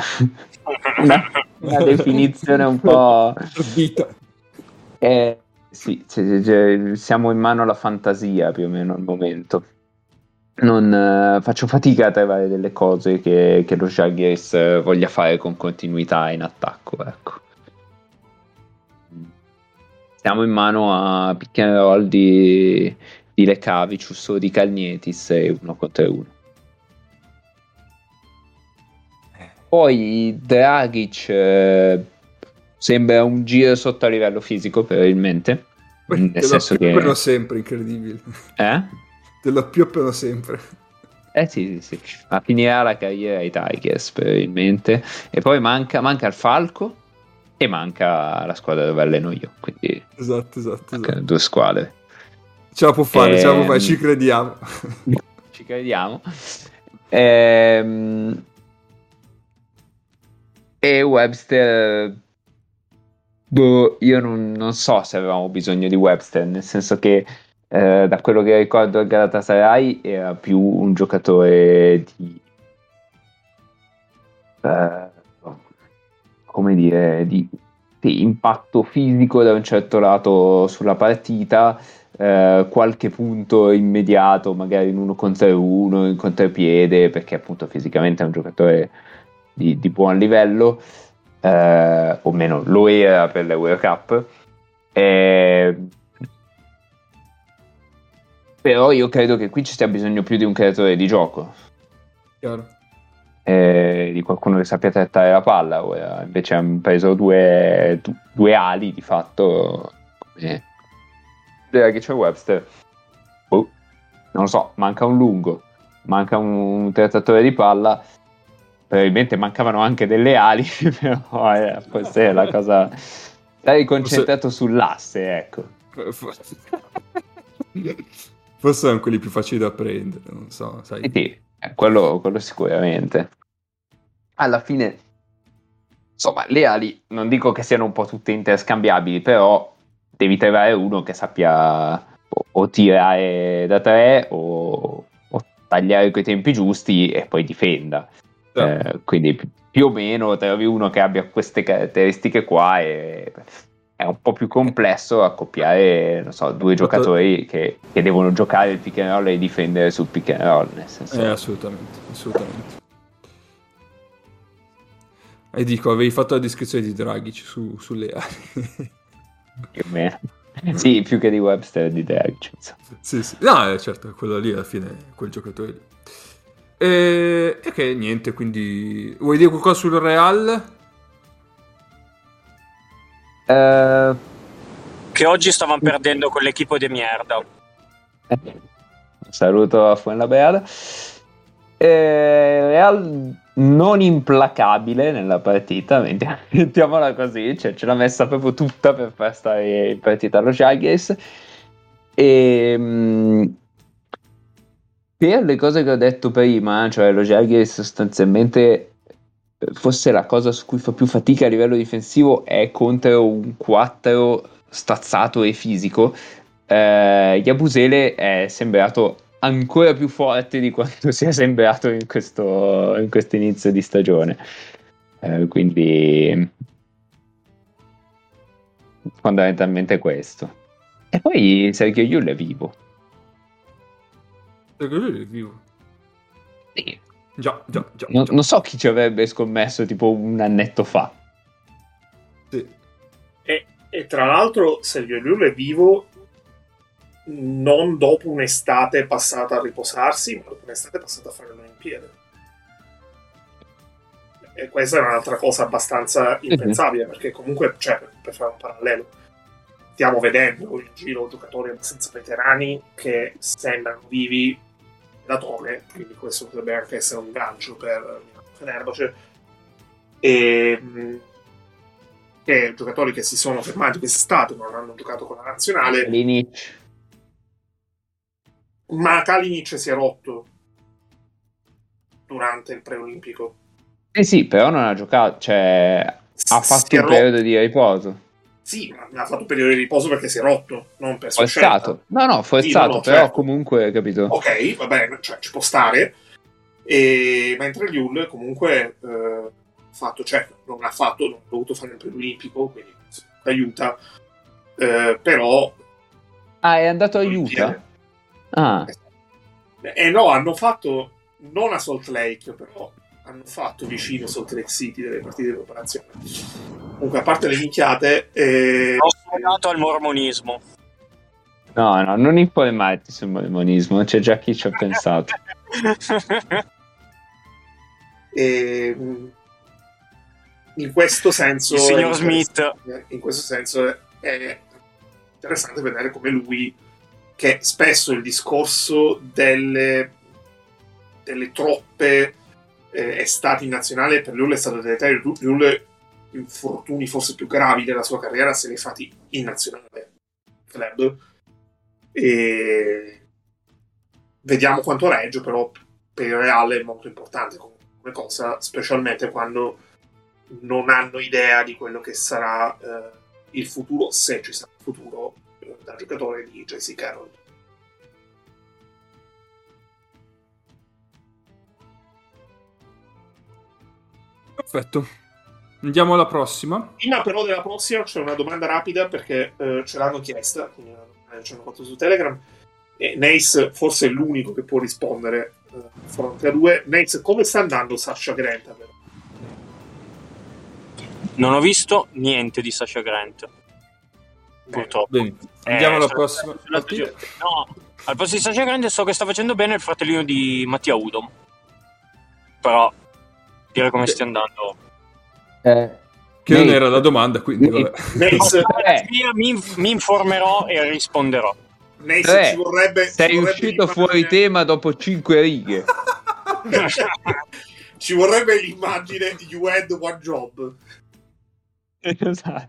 definizione un po'... sì, siamo in mano alla fantasia più o meno al momento. Non faccio fatica a trovare delle cose che lo Žalgiris voglia fare con continuità in attacco, ecco. Siamo in mano a pick and roll di Lecavicius o di Kalnietis e 1 contro 1. Poi Dragic sembra un giro sotto a livello fisico probabilmente, nel senso che pioppiano sempre, incredibile. Te lo pioppiano sempre. Sì. Ma finirà la carriera ai Tigers probabilmente. E poi manca il Falco e manca la squadra dove alleno io, quindi esatto. 2 squadre. Ce la può fare, ci crediamo. Ci crediamo. E Webster, io non so se avevamo bisogno di Webster, nel senso che da quello che ricordo al Galatasaray era più un giocatore come dire, di impatto fisico da un certo lato sulla partita, qualche punto immediato, magari in 1 contro 1, in contropiede, perché appunto fisicamente è un giocatore di buon livello, o meno lo era per l'Euro Cup. Però io credo che qui ci sia bisogno più di un creatore di gioco. Chiaro. Di qualcuno che sappia trattare la palla. Ora invece hanno preso due ali di fatto, come che c'è Webster. Non lo so, manca un lungo, manca un trattatore di palla, probabilmente mancavano anche delle ali, però forse è la cosa, stai concentrato sull'asse, ecco. Forse sono quelli più facili da prendere, non so, sai. Sì, quello sicuramente. Alla fine, insomma, le ali non dico che siano un po' tutte interscambiabili, però devi trovare uno che sappia o tirare da 3 o tagliare coi tempi giusti e poi difenda. Quindi più o meno trovi uno che abbia queste caratteristiche qua e è un po' più complesso accoppiare, non so, due giocatori che devono giocare il pick and roll e difendere sul pick and roll, nel senso. Assolutamente. E dico, avevi fatto la descrizione di Dragic sulle ali. Più o meno. Sì, più che di Webster, di Dragic. Sì. No, certo, quello lì alla fine è quel giocatore lì. E che niente, quindi vuoi dire qualcosa sul Real? Che oggi stavano perdendo con l'equipo di merda. Un saluto a Fuenlabrada. Real non implacabile nella partita, mettiamola così, cioè ce l'ha messa proprio tutta per far stare in partita allo Žalgiris. E per le cose che ho detto prima, cioè lo Žalgiris sostanzialmente forse la cosa su cui fa più fatica a livello difensivo è contro un 4 stazzato e fisico. Yabusele è sembrato ancora più forte di quanto sia sembrato in questo inizio di stagione, quindi fondamentalmente questo. E poi Sergio Llull è vivo. Sergio Llull è vivo? Sì. Già. Non so chi ci avrebbe scommesso tipo un annetto fa. Sì. E tra l'altro Sergio Llull è vivo non dopo un'estate passata a riposarsi, ma dopo un'estate passata a fare l'Olimpiade. E questa è un'altra cosa abbastanza impensabile, perché comunque, cioè, per fare un parallelo, stiamo vedendo in giro giocatori abbastanza veterani che sembrano vivi da Tone, quindi questo potrebbe anche essere un gancio per Fenerbahce, e che giocatori che si sono fermati quest'estate non hanno giocato con la nazionale. Kalinic. Ma Kalinic si è rotto durante il preolimpico. Sì, però non ha giocato, cioè ha fatto un periodo di riposo. Sì, ma ha fatto un periodo di riposo perché si è rotto, non per sua scelta. No, forzato, sì, però certo. Comunque, capito? Ok, va bene, cioè ci può stare. E mentre Llull comunque fatto, cioè non ha dovuto fare il preolimpico, quindi aiuta. Però è andato a Utah? No, hanno fatto non a Salt Lake, però hanno fatto vicino Salt Lake City delle partite di preparazione. Comunque, a parte le minchiate, ho suonato al mormonismo. No, non informarti sul mormonismo, c'è già chi ci ha pensato. In questo senso, il signor Smith. In questo senso è interessante vedere come lui, che spesso il discorso delle troppe estati in nazionale per lui è stato deleterio. Lui infortuni forse più gravi della sua carriera se li ha fatti in nazionale club, e vediamo quanto regge. Però per il Real è molto importante come cosa, specialmente quando non hanno idea di quello che sarà il futuro, se ci sarà il futuro, da giocatore di J.C. Carroll. Perfetto. Andiamo alla prossima. Prima però della prossima c'è una domanda rapida perché ce l'hanno chiesta, quindi ci hanno fatto su Telegram. E Nace forse è l'unico che può rispondere fronte a due. Nace, come sta andando Sasha Grant? Non ho visto niente di Sasha Grant. Purtroppo. Bene. Andiamo alla prossima partita. No, al posto di Sasha Grant so che sta facendo bene il fratellino di Mattia Udom. Però, dire come stia andando... Che non era la domanda, quindi vabbè. Nace, mi informerò e risponderò. Nace, ci vorrebbe... Sei uscito fuori tema dopo 5 righe. Ci vorrebbe l'immagine You had one job. Esatto.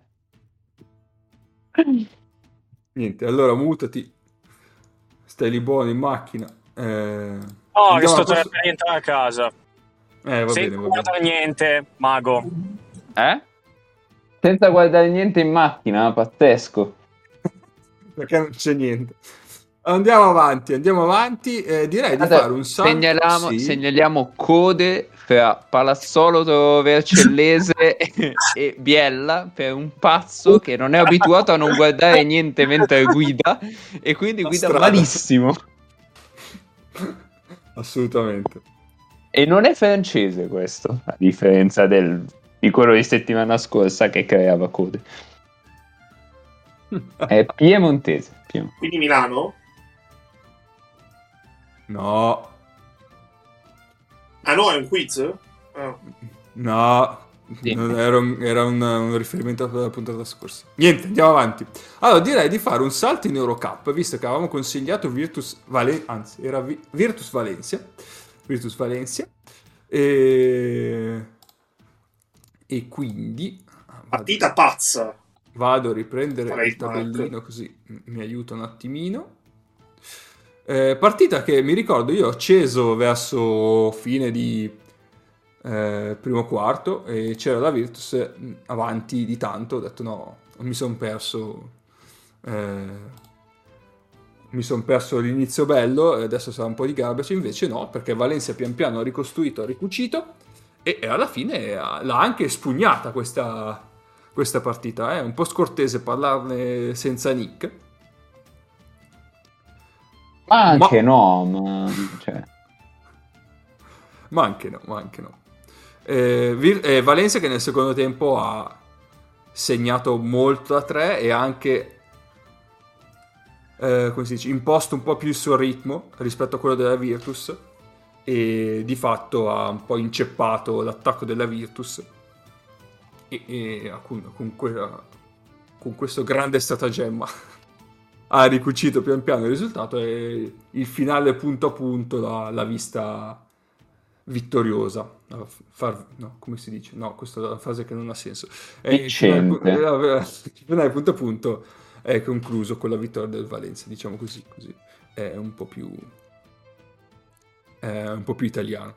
Niente, allora mutati. Stai lì buono in macchina. Che sto per rientrare a casa. Va Senza bene. guardare niente, mago. Senza guardare niente in macchina, pazzesco. Perché non c'è niente. Andiamo avanti. Direi di fare un salto. Segnaliamo code fra Palazzolo Vercellese e Biella per un pazzo che non è abituato a non guardare niente mentre guida e quindi guida malissimo. Assolutamente. E non è francese questo, a differenza di quello di settimana scorsa che creava code. È piemontese. Quindi Milano? No. Ah no, è un quiz? No. Sì. Era un riferimento alla puntata scorsa. Niente, andiamo avanti. Allora, direi di fare un salto in Eurocup, visto che avevamo consigliato Virtus Valencia. E quindi partita pazza. Vado a riprendere il tabellino così mi aiuta un attimino. Partita che mi ricordo io ho acceso verso fine di primo quarto e c'era la Virtus avanti di tanto. Ho detto no, mi sono perso l'inizio bello e adesso sarà un po' di garbage. Invece no, perché Valencia pian piano ha ricostruito, ha ricucito e alla fine l'ha anche espugnata questa partita. È un po' scortese parlarne senza Nick, ma anche no. Valencia che nel secondo tempo ha segnato molto da 3 e anche come si dice, imposto un po' più il suo ritmo rispetto a quello della Virtus e di fatto ha un po' inceppato l'attacco della Virtus e con questo grande stratagemma ha ricucito pian piano il risultato e il finale punto a punto l'ha vista vittoriosa. Come si dice? No, questa è una frase che non ha senso. Il finale punto a punto è concluso con la vittoria del Valencia, diciamo così è un po' più italiano,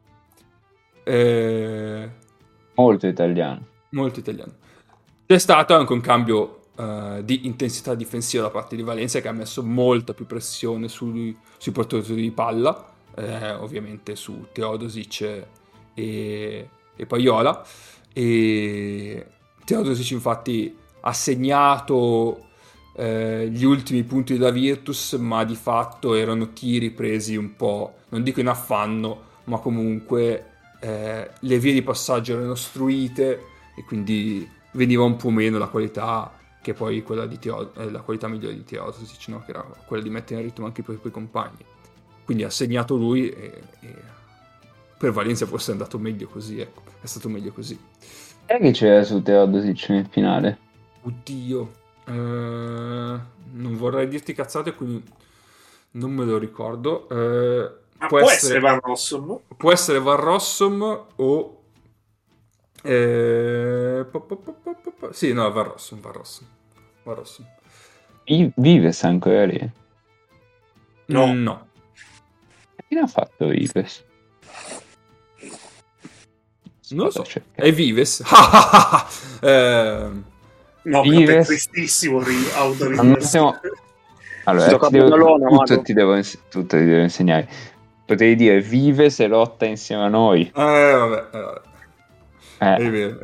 ecco. Molto italiano. C'è stato anche un cambio di intensità difensiva da parte di Valencia che ha messo molta più pressione sui portatori di palla, ovviamente su Teodosic e Paiola, e Teodosic infatti ha segnato gli ultimi punti della Virtus, ma di fatto erano tiri presi un po', non dico in affanno, ma comunque le vie di passaggio erano ostruite e quindi veniva un po' meno la qualità che poi quella di la qualità migliore di Teodosic, no? Che era quella di mettere in ritmo anche i propri compagni. Quindi ha segnato lui e per Valencia forse è andato meglio così, ecco, è stato meglio così. Chi è che c'era su Teodosic nel finale? Oddio, non vorrei dirti cazzate, quindi non me lo ricordo. Può essere Van Rossum? Può essere Van Rossum o sì, no, Van Rossum. Vives ancora lì? No. Che ha fatto Vives? Non lo so. È Vives? No, Vives. è tristissimo Allora, ti devo insegnare. Potevi dire Vives e lotta insieme a noi. Vabbè. È vero.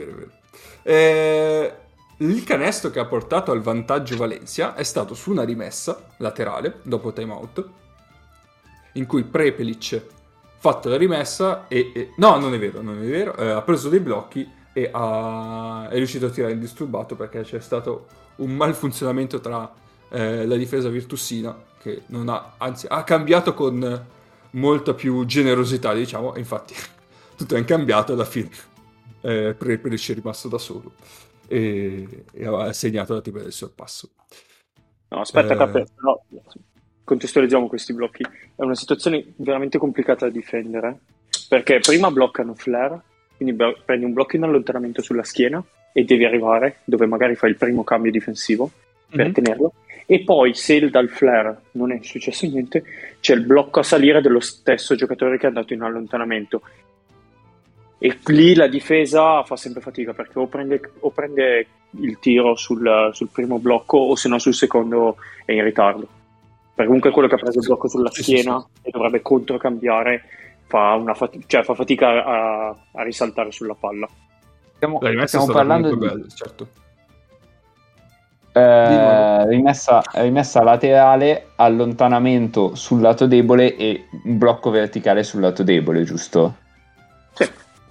Il canestro che ha portato al vantaggio Valencia è stato su una rimessa laterale dopo timeout, in cui Prepelic ha fatto la rimessa e no, non è vero, ha preso dei blocchi e è riuscito a tirare indisturbato, perché c'è stato un malfunzionamento tra la difesa virtussina, che non ha, anzi ha cambiato con molta più generosità, diciamo, e infatti tutto è cambiato alla fine. Prepelic è rimasto da solo e ha segnato la tipa del sorpasso. No, aspetta, no, contestualizziamo questi blocchi. È una situazione veramente complicata da difendere, perché prima bloccano flare, quindi prendi un blocco in allontanamento sulla schiena e devi arrivare dove magari fai il primo cambio difensivo per tenerlo, e poi se dal flare non è successo niente c'è il blocco a salire dello stesso giocatore che è andato in allontanamento, e lì la difesa fa sempre fatica, perché o prende il tiro sul primo blocco o se no sul secondo è in ritardo, perché comunque quello che ha preso il blocco sulla schiena e dovrebbe controcambiare fa fatica a risaltare sulla palla. Stiamo parlando di bello, certo. Rimessa laterale, allontanamento sul lato debole e un blocco verticale sul lato debole, giusto? Sì.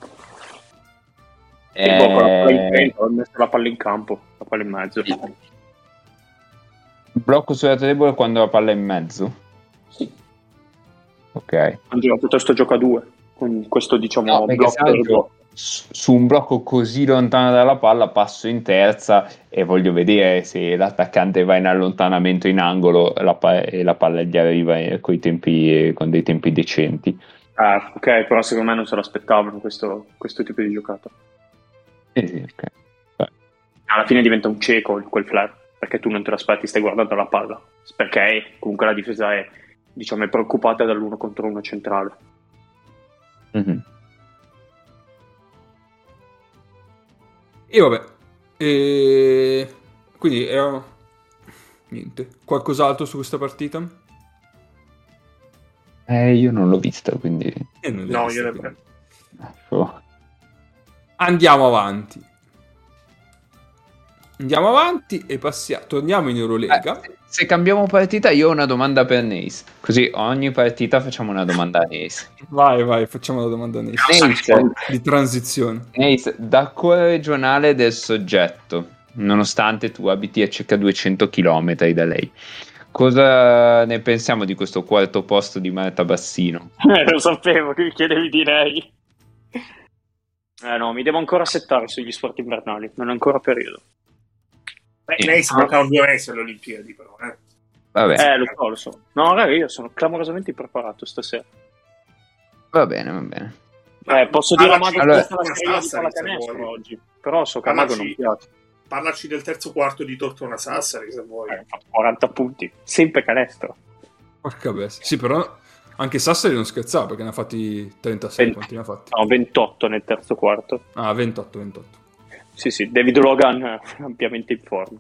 Ho messo la palla in campo, la palla in mezzo. Blocco sul lato debole quando la palla è in mezzo? Sì. Ok. Angelo piuttosto gioca a 2 con questo, diciamo, blocco. Su un blocco così lontano dalla palla passo in terza e voglio vedere se l'attaccante va in allontanamento in angolo e la palla gli arriva con dei tempi decenti. Ok, però secondo me non se lo aspettavano questo tipo di giocata. Sì, ok. Alla fine diventa un cieco quel flare, perché tu non te lo aspetti, stai guardando la palla, perché comunque la difesa è, diciamo, è preoccupata dall'1 contro 1 centrale. Mm-hmm. E vabbè, quindi era niente. Qualcos'altro su questa partita? Io non l'ho vista, quindi No, io nemmeno. Andiamo avanti e torniamo in Eurolega. Se cambiamo partita, io ho una domanda per Neis, così ogni partita facciamo una domanda a Neis. Vai, facciamo una domanda a Neis di transizione. Neis, da co-regionale del soggetto, nonostante tu abiti a circa 200 km da lei, cosa ne pensiamo di questo quarto posto di Marta Bassino? Lo sapevo che mi chiedevi di lei. No, mi devo ancora settare sugli sport invernali, non è ancora periodo. Lei si mancano 2 mesi alle Olimpiadi, però. Vabbè. Lo so. No, raga, io sono clamorosamente impreparato stasera. Va bene. Posso dire a Mago allora, che questa è la strega di pallacanestro oggi, però so che a Mago non piace. Parlaci del terzo quarto di Tortona Sassari, se vuoi. Ha fatto 40 punti, sempre canestro. Porca bestia. Sì, però anche Sassari non scherzava, perché ne ha fatti 36. Quanti ne ha fatti? No, 28 nel terzo quarto. 28. Sì, David Logan ampiamente in forma.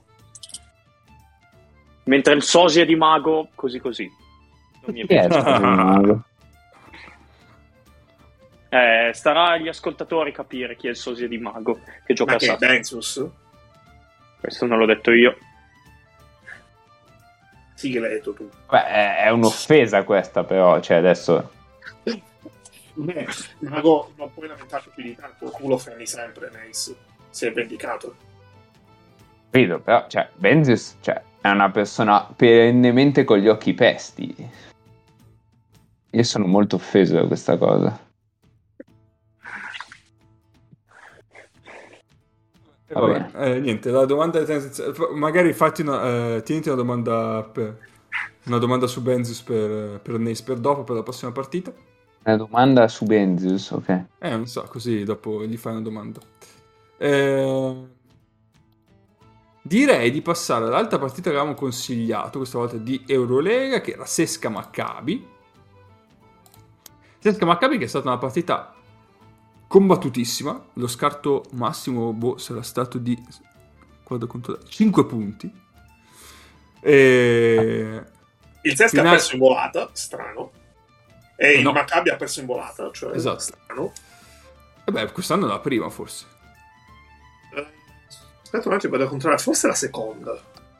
Mentre il sosia di Mago, così. Non mi è piaciuto. Starà agli ascoltatori capire chi è il sosia di Mago che gioca a Sassari. Benzus? Questo non l'ho detto io. Sì, che l'hai detto tu. Beh, è un'offesa questa, però, cioè adesso... Mago, non puoi lamentarti più di tanto, tu lo freni sempre, Neis. Si è vendicato. Vedo, però, cioè, Benzius, è una persona perennemente con gli occhi pesti. Io sono molto offeso da questa cosa. Vabbè, niente, la domanda magari fatti tieniti una domanda su Benzius per Neis per dopo, per la prossima partita. Una domanda su Benzius, ok. Non so, così dopo gli fai una domanda. Direi di passare all'altra partita che avevamo consigliato, questa volta di Eurolega, che era Sesca Maccabi. Sesca Maccabi che è stata una partita combattutissima, lo scarto massimo sarà stato di 5 punti. Il Sesca ha perso in volata, strano, e il Maccabi ha perso in volata, cioè esatto. strano. beh, quest'anno è la prima forse. Aspetta un attimo, vado a controllare, forse la seconda.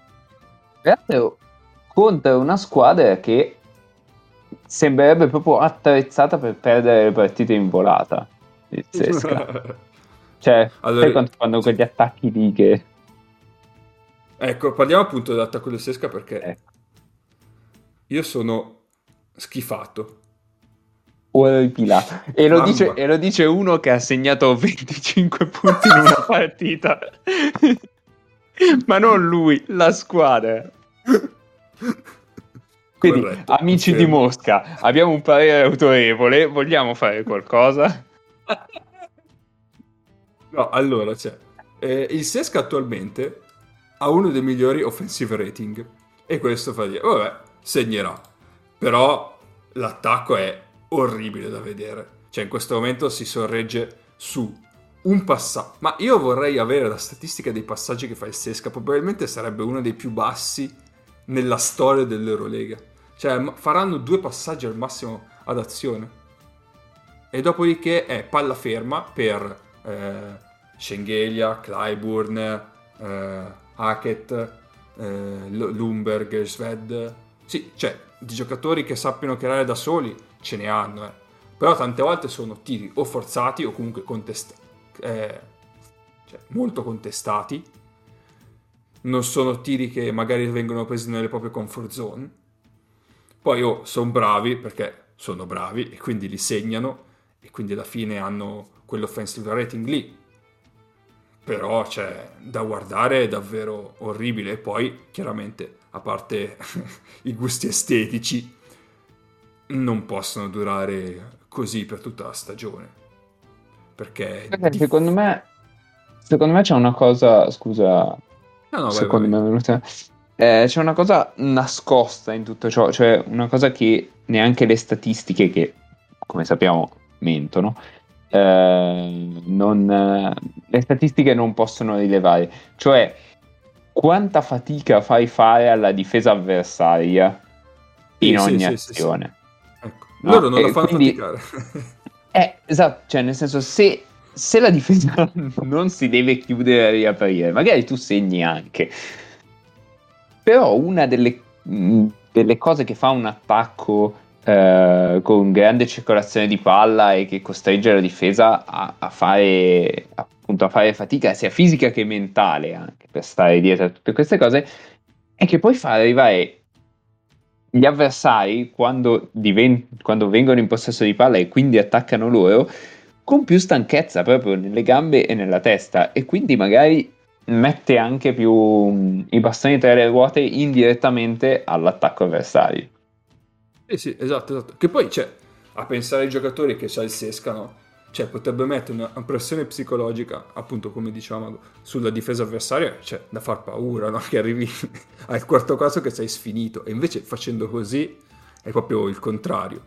Contro una squadra che sembrerebbe proprio attrezzata per perdere le partite in volata, il Sesca. Cioè, Allora, sai quando fanno quegli attacchi lì che... Ecco, parliamo appunto dell'attacco del Sesca perché Ecco. io sono schifato. Orripilato. E lo Mamma. dice uno che ha segnato 25 punti in una partita. Ma non lui, la squadra. Quindi, Corretto, amici di confermo. Mosca, abbiamo un parere autorevole, vogliamo fare qualcosa? No, allora, il Sesca attualmente ha uno dei migliori offensive rating e questo fa dire, vabbè, segnerà. Però l'attacco è orribile da vedere. Cioè, in questo momento si sorregge su un passaggio. Ma io vorrei avere la statistica dei passaggi che fa il Sesca. Probabilmente sarebbe uno dei più bassi nella storia dell'Eurolega. Cioè, faranno 2 passaggi al massimo ad azione. E dopodiché è palla ferma per Schengelia, Clyburn, Hackett, Lumberg, Sved. Sì, cioè, di giocatori che sappiano creare da soli ce ne hanno, però tante volte sono tiri o forzati o comunque cioè, molto contestati. Non sono tiri che magari vengono presi nelle proprie comfort zone. Poi sono bravi perché sono bravi e quindi li segnano e quindi alla fine hanno quell'offensive rating lì. Però cioè, da guardare è davvero orribile. E poi chiaramente, a parte i gusti estetici, non possono durare così per tutta la stagione, perché Secondo me c'è una cosa, scusa, no, no, vai, secondo vai. me è venuta... c'è una cosa nascosta in tutto ciò, cioè una cosa che neanche le statistiche, che come sappiamo mentono, le statistiche non possono rilevare, cioè quanta fatica fai fare alla difesa avversaria in Sì, ogni sì, sì, sì. azione, Ecco. Loro no? non la E fanno quindi faticare. esatto, cioè nel senso, se la difesa non si deve chiudere e riaprire, magari tu segni anche, però una delle cose che fa un attacco con grande circolazione di palla e che costringe la difesa a fare, appunto, a fare fatica sia fisica che mentale anche per stare dietro a tutte queste cose, è che poi fa arrivare gli avversari quando vengono in possesso di palla e quindi attaccano loro con più stanchezza proprio nelle gambe e nella testa, e quindi magari mette anche più i bastoni tra le ruote indirettamente all'attacco avversario. Sì, esatto, esatto. Che poi, cioè, a pensare ai giocatori che c'ha il Sesca, no? Cioè, potrebbe mettere una pressione psicologica, appunto, come dicevamo, sulla difesa avversaria, cioè, da far paura, no? Che arrivi al quarto caso che sei sfinito. E invece, facendo così, è proprio il contrario.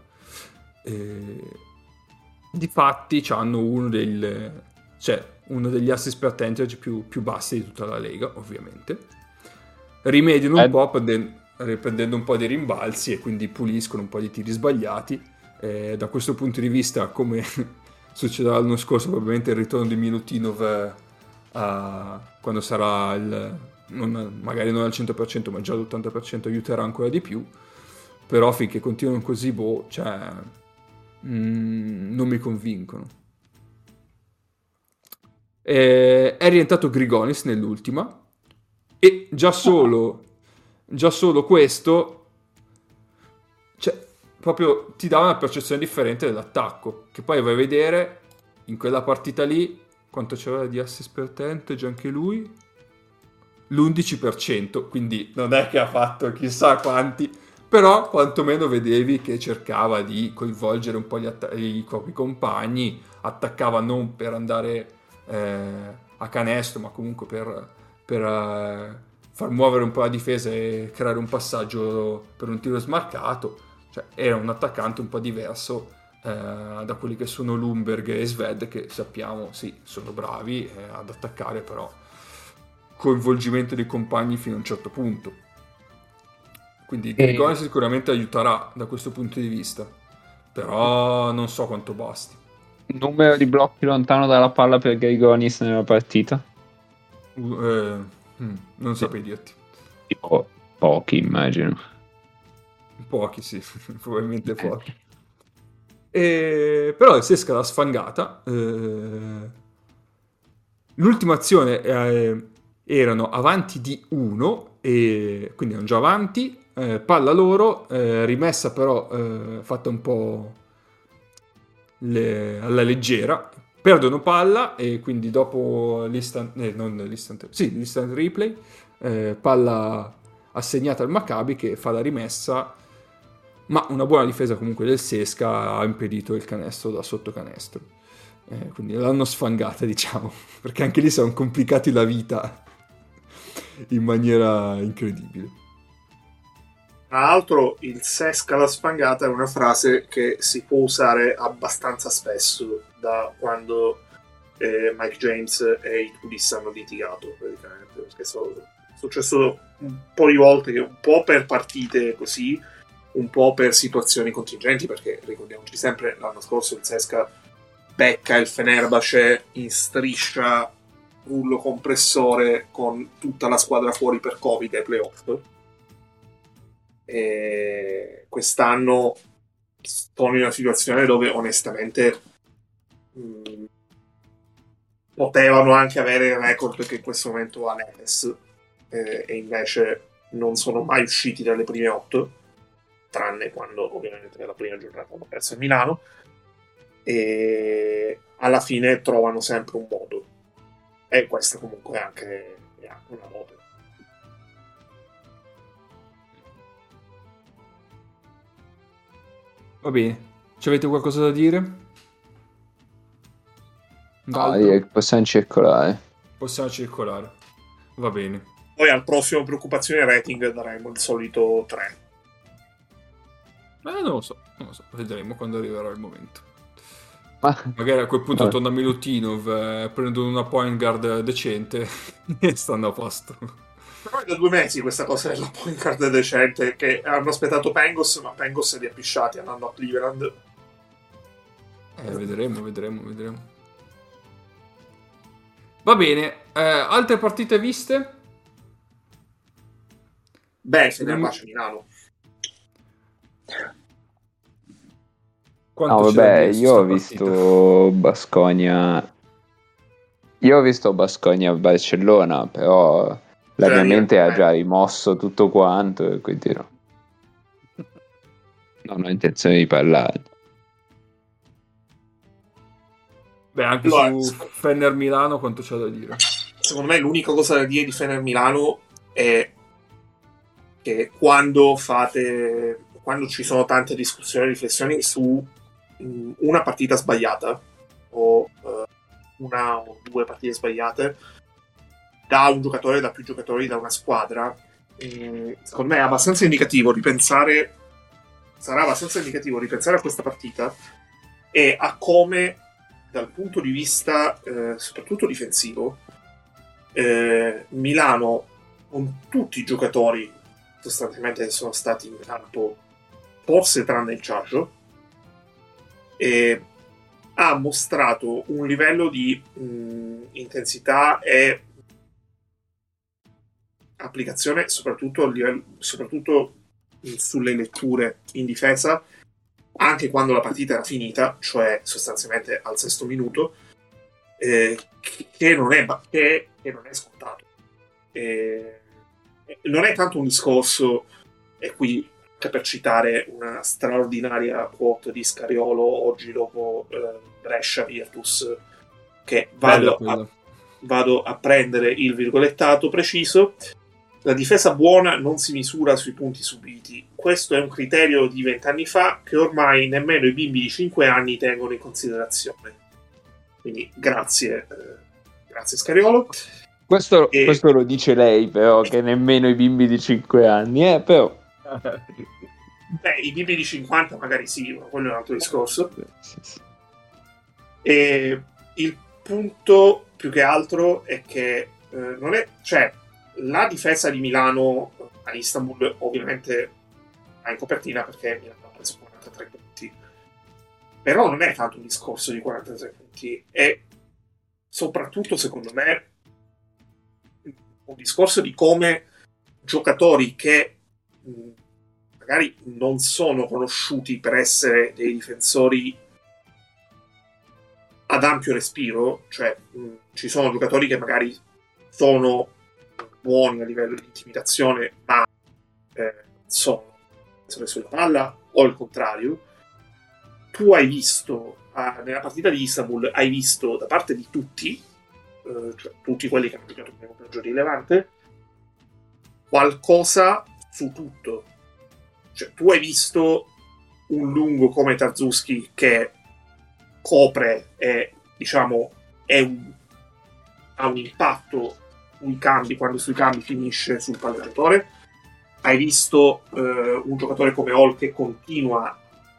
Difatti, hanno uno degli assist per attentage più bassi di tutta la Lega, ovviamente. Rimediano un po' riprendendo un po' dei rimbalzi e quindi puliscono un po' di tiri sbagliati. Da questo punto di vista, come succederà l'anno scorso, probabilmente il ritorno di Milutinov quando sarà magari non al 100% ma già all'80% aiuterà ancora di più. Però finché continuano così, non mi convincono. È rientrato Grigonis nell'ultima e già solo questo, cioè, proprio ti dà una percezione differente dell'attacco, che poi vai a vedere in quella partita lì quanto c'era di assist per tentage anche lui, l'11%, quindi non è che ha fatto chissà quanti, però quantomeno vedevi che cercava di coinvolgere un po' i propri compagni, attaccava non per andare a canestro, ma comunque per far muovere un po' la difesa e creare un passaggio per un tiro smarcato. Cioè, era un attaccante un po' diverso da quelli che sono Lumberg e Sved, che sappiamo, sì, sono bravi ad attaccare, però coinvolgimento dei compagni fino a un certo punto. Quindi Grigoni sicuramente aiuterà da questo punto di vista, però non so quanto basti. Numero di blocchi lontano dalla palla per Grigonis nella partita? Non saprei dirti. Tipo pochi, immagino. Pochi, sì, probabilmente pochi. Però il Sesca l'ha sfangata. L'ultima azione erano avanti di 1, e quindi erano già avanti. Palla loro, rimessa però fatta un po' alla leggera. Perdono palla e quindi dopo l'instant replay, palla assegnata al Maccabi che fa la rimessa, ma una buona difesa comunque del Sesca ha impedito il canestro da sotto canestro. Quindi l'hanno sfangata, diciamo, perché anche lì sono complicati la vita in maniera incredibile. Tra l'altro, il Sesca la sfangata è una frase che si può usare abbastanza spesso da quando Mike James e i Tudis hanno litigato, praticamente, perché è successo un po' di volte, che un po' per partite così, un po' per situazioni contingenti, perché ricordiamoci sempre, l'anno scorso il Sesca becca il Fenerbahce in striscia rullo compressore con tutta la squadra fuori per Covid ai playoff. E quest'anno sono in una situazione dove onestamente potevano anche avere il record che in questo momento ha l'Efes, e invece non sono mai usciti dalle prime 8, tranne quando ovviamente nella prima giornata hanno perso a Milano, e alla fine trovano sempre un modo, e questa comunque è anche una nota. Va bene, ci avete qualcosa da dire? Possiamo circolare. Possiamo circolare, va bene. Poi al prossimo preoccupazione rating daremo il solito 3. Non lo so, vedremo quando arriverà il momento. Ma Magari a quel punto torna Milutinov, prendono una point guard decente e stanno a posto. Però è da 2 mesi questa cosa della point guard decente, che hanno aspettato Pengos, ma Pengos li ha pisciati andando a Cleveland. Vedremo. Va bene, altre partite viste? Beh, Fenerbahce Milano. Io ho visto Baskonia. Io ho visto Baskonia Barcellona, però la mia mente ha già rimosso tutto quanto e quindi non ho intenzione di parlare. Beh, anche allora, su Fener Milano quanto c'è da dire? Secondo me l'unica cosa da dire di Fener Milano è che quando ci sono tante discussioni e riflessioni su una partita sbagliata o una o 2 partite sbagliate da un giocatore, da più giocatori, da una squadra, secondo me è abbastanza indicativo ripensare a questa partita e a come dal punto di vista soprattutto difensivo Milano, con tutti i giocatori sostanzialmente che sono stati in campo, forse tranne il Ciacio, ha mostrato un livello di intensità e applicazione soprattutto sulle letture in difesa, anche quando la partita era finita, cioè sostanzialmente al 6° minuto, che non è scontato. Non è tanto un discorso, e qui per citare una straordinaria quote di Scariolo oggi dopo Brescia Virtus, che vado a prendere il virgolettato preciso: la difesa buona non si misura sui punti subiti, questo è un criterio di 20 anni fa che ormai nemmeno i bimbi di 5 anni tengono in considerazione. Quindi grazie Scariolo. Questo lo dice lei, però, che nemmeno i bimbi di 5 anni, però. Beh, i bimbi di 50 magari sì, ma quello è un altro discorso. Sì. E il punto più che altro è che non è, cioè, la difesa di Milano a Istanbul ovviamente ha in copertina perché Milano ha preso 43 punti. Però non è tanto un discorso di 43 punti, è soprattutto, secondo me, un discorso di come giocatori che magari non sono conosciuti per essere dei difensori ad ampio respiro, cioè ci sono giocatori che magari sono buoni a livello di intimidazione, ma sono sulla palla, o il contrario. Tu hai visto nella partita di Istanbul, hai visto da parte di tutti, cioè tutti quelli che hanno giocato come compleggio rilevante, qualcosa su tutto. Cioè, tu hai visto un lungo come Tarzuski che copre e, diciamo, ha un impatto sui cambi, quando sui cambi finisce sul palleggiatore. Hai visto un giocatore come Hall che continua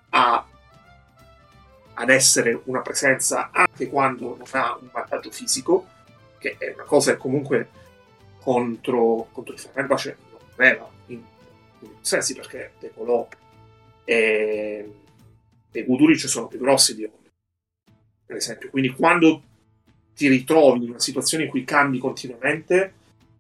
ad essere una presenza anche quando non ha un vantaggio fisico, che è una cosa che comunque contro il Fenerbahce non aveva in sensi, perché De Colò e Guduric sono più grossi di Hall, per esempio. Quindi quando ti ritrovi in una situazione in cui cambi continuamente,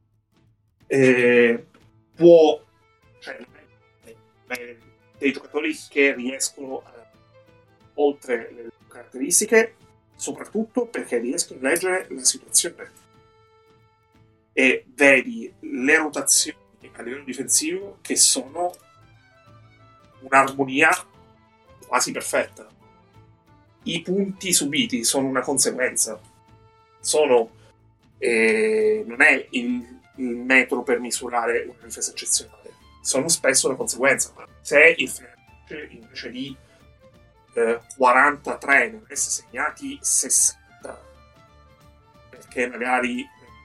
può, cioè, dei giocatori che riescono oltre le caratteristiche, soprattutto perché riescono a leggere la situazione e vedi le rotazioni a livello difensivo che sono un'armonia quasi perfetta. I punti subiti sono una conseguenza, non è il metro per misurare una difesa eccezionale, sono spesso una conseguenza. Se il Fenerbahce invece di 43 ne avesse segnati 60, perché magari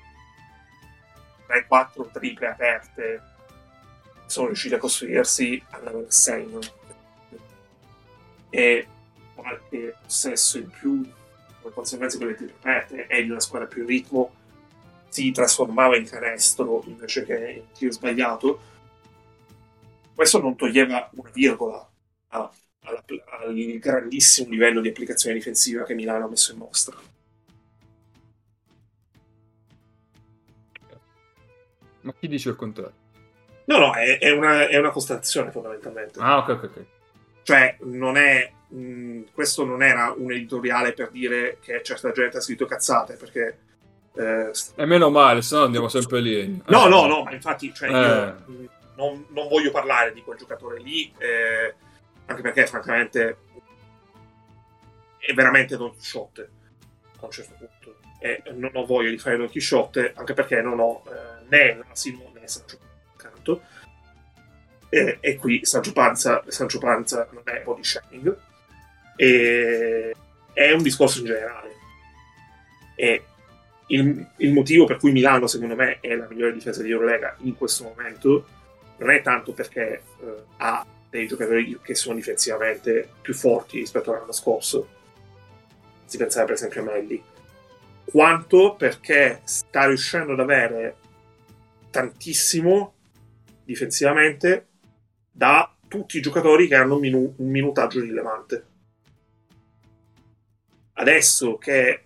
3-4 triple aperte sono riusciti a costruirsi al segno e qualche possesso in più come conseguenza di quelle triple aperte e di una squadra più in ritmo si trasformava in canestro invece che in tiro sbagliato, questo non toglieva una virgola al grandissimo livello di applicazione difensiva che Milano ha messo in mostra. Ma chi dice il contrario? No, è una constatazione fondamentalmente. Ah, ok. Cioè, non è questo non era un editoriale per dire che certa gente ha scritto cazzate, perché e meno male, se no andiamo sempre lì. No, ma infatti, cioè, io non voglio parlare di quel giocatore lì, anche perché francamente è veramente Don Chisciotte a un certo punto, e non ho voglia di fare Don Chisciotte, anche perché non ho né l'asino né Sancho accanto, e qui Sancho Panza non è body shaming, e è un discorso in generale, e il motivo per cui Milano secondo me è la migliore difesa di Eurolega in questo momento non è tanto perché ha dei giocatori che sono difensivamente più forti rispetto all'anno scorso, si pensava per esempio a Melli, quanto perché sta riuscendo ad avere tantissimo difensivamente da tutti i giocatori che hanno un minutaggio rilevante. Adesso che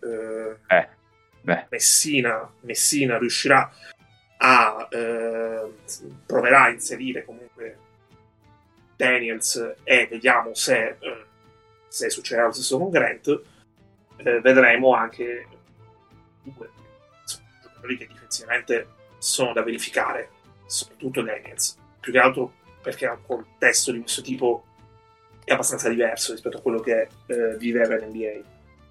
Messina riuscirà a proverà a inserire comunque Daniels, e vediamo se succederà lo stesso con Grant, vedremo anche due giocatori che difensivamente sono da verificare, soprattutto Daniels, più che altro perché ha un contesto di questo tipo è abbastanza diverso rispetto a quello che viveva in NBA.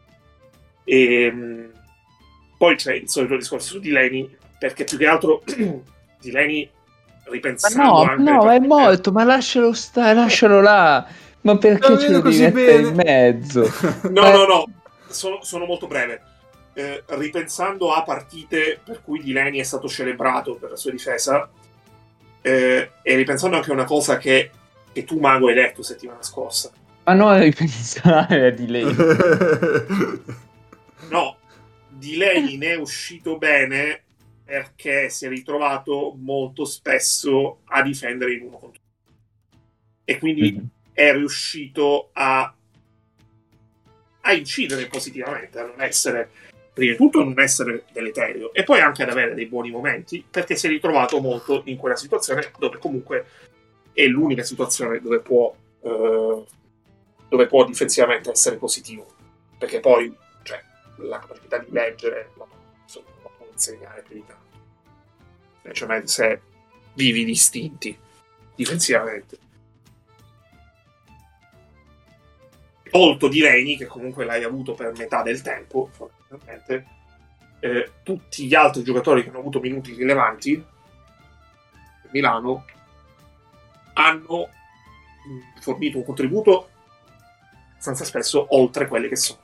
E poi c'è il solito discorso su Delaney, perché più che altro Delaney, ripensando è molto, ma lascialo stare, lascialo là, ma perché ce lo devi mettere in mezzo? No, sono molto breve. Ripensando a partite per cui Delaney è stato celebrato per la sua difesa, e ripensando anche a una cosa che tu, Mago, hai detto settimana scorsa. Ma no, a ripensare a Delaney. No, Delaney ne è uscito bene perché si è ritrovato molto spesso a difendere in uno contro uno, e quindi è riuscito a a incidere positivamente, a non essere, prima di tutto, a non essere deleterio, e poi anche ad avere dei buoni momenti, perché si è ritrovato molto in quella situazione dove comunque è l'unica situazione dove può difensivamente essere positivo, perché poi, cioè, la capacità di leggere non può insegnare più di tanto, specialmente se vivi distinti difensivamente. Tolto di Reni, che comunque l'hai avuto per metà del tempo, fondamentalmente, tutti gli altri giocatori che hanno avuto minuti rilevanti per Milano hanno fornito un contributo abbastanza spesso oltre quelle che sono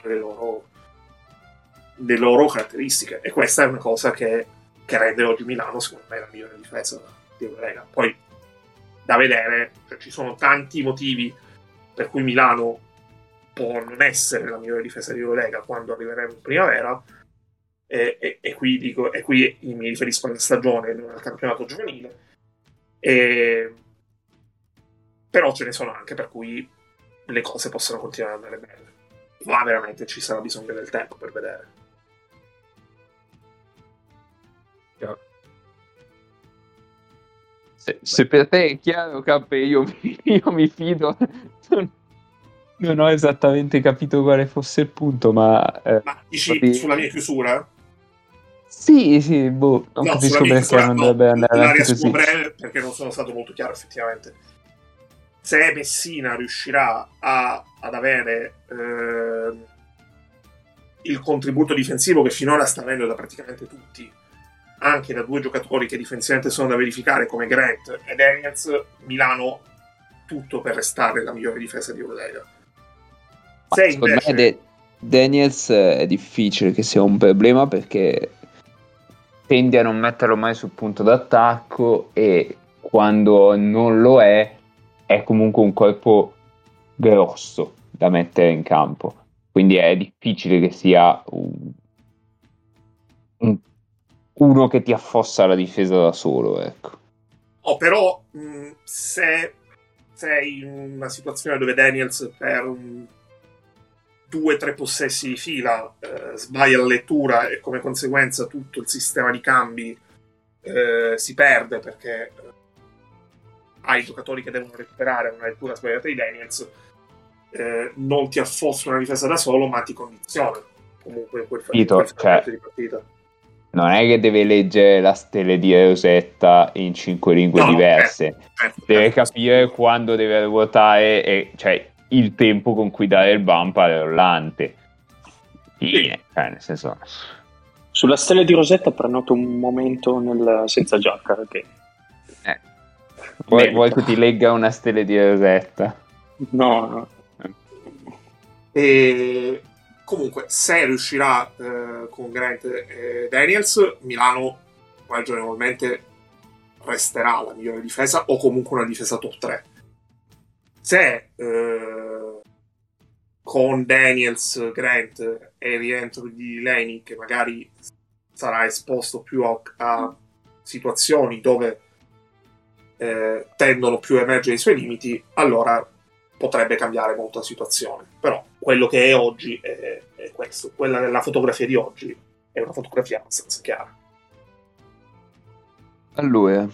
le loro caratteristiche, e questa è una cosa che rende oggi Milano secondo me la migliore difesa di Eurolega. Poi da vedere, cioè, ci sono tanti motivi per cui Milano può non essere la migliore difesa di Eurolega quando arriveremo in primavera, e qui mi riferisco alla stagione, al campionato giovanile, però ce ne sono anche per cui le cose possono continuare ad andare bene, ma veramente ci sarà bisogno del tempo per vedere. Se per te è chiaro, Cappe, io mi fido. Non ho esattamente capito quale fosse il punto, ma dici sulla mia chiusura? Sì, non No, capisco perché non dovrebbe andare la avanti riassumo così. breve perché non sono stato molto chiaro effettivamente. Se Messina riuscirà ad avere il contributo difensivo che finora sta avendo da praticamente tutti, anche da due giocatori che difensivamente sono da verificare come Grant e Daniels, Milano tutto per restare la migliore difesa di Eurolega. Se Secondo invece me Daniels è difficile che sia un problema, perché tende a non metterlo mai sul punto d'attacco, e quando non lo è comunque un corpo grosso da mettere in campo, quindi è difficile che sia uno che ti affossa la difesa da solo, ecco. però se sei in una situazione dove Daniels per 2-3 possessi di fila sbaglia la lettura e come conseguenza tutto il sistema di cambi si perde, perché hai giocatori che devono recuperare una lettura sbagliata di Daniels, non ti affossa una difesa da solo, ma ti condiziona comunque in quel frangente di partita. Non è che deve leggere la stele di Rosetta in 5 lingue diverse, deve capire quando deve ruotare, e cioè il tempo con cui dare il bump al rollante. Fine, nel senso. Sulla stella di Rosetta prenoto un momento senza giacca, perché vuoi che ti legga una stella di Rosetta? No. E comunque, se riuscirà con Grant e Daniels, Milano ragionevolmente resterà la migliore difesa, o comunque una difesa top 3. Se con Daniels, Grant e il rientro di Lenny, che magari sarà esposto più a situazioni dove tendono più a emergere i suoi limiti, allora potrebbe cambiare molto la situazione. Però quello che è oggi è questo. Quella della fotografia di oggi è una fotografia abbastanza chiara. Allora,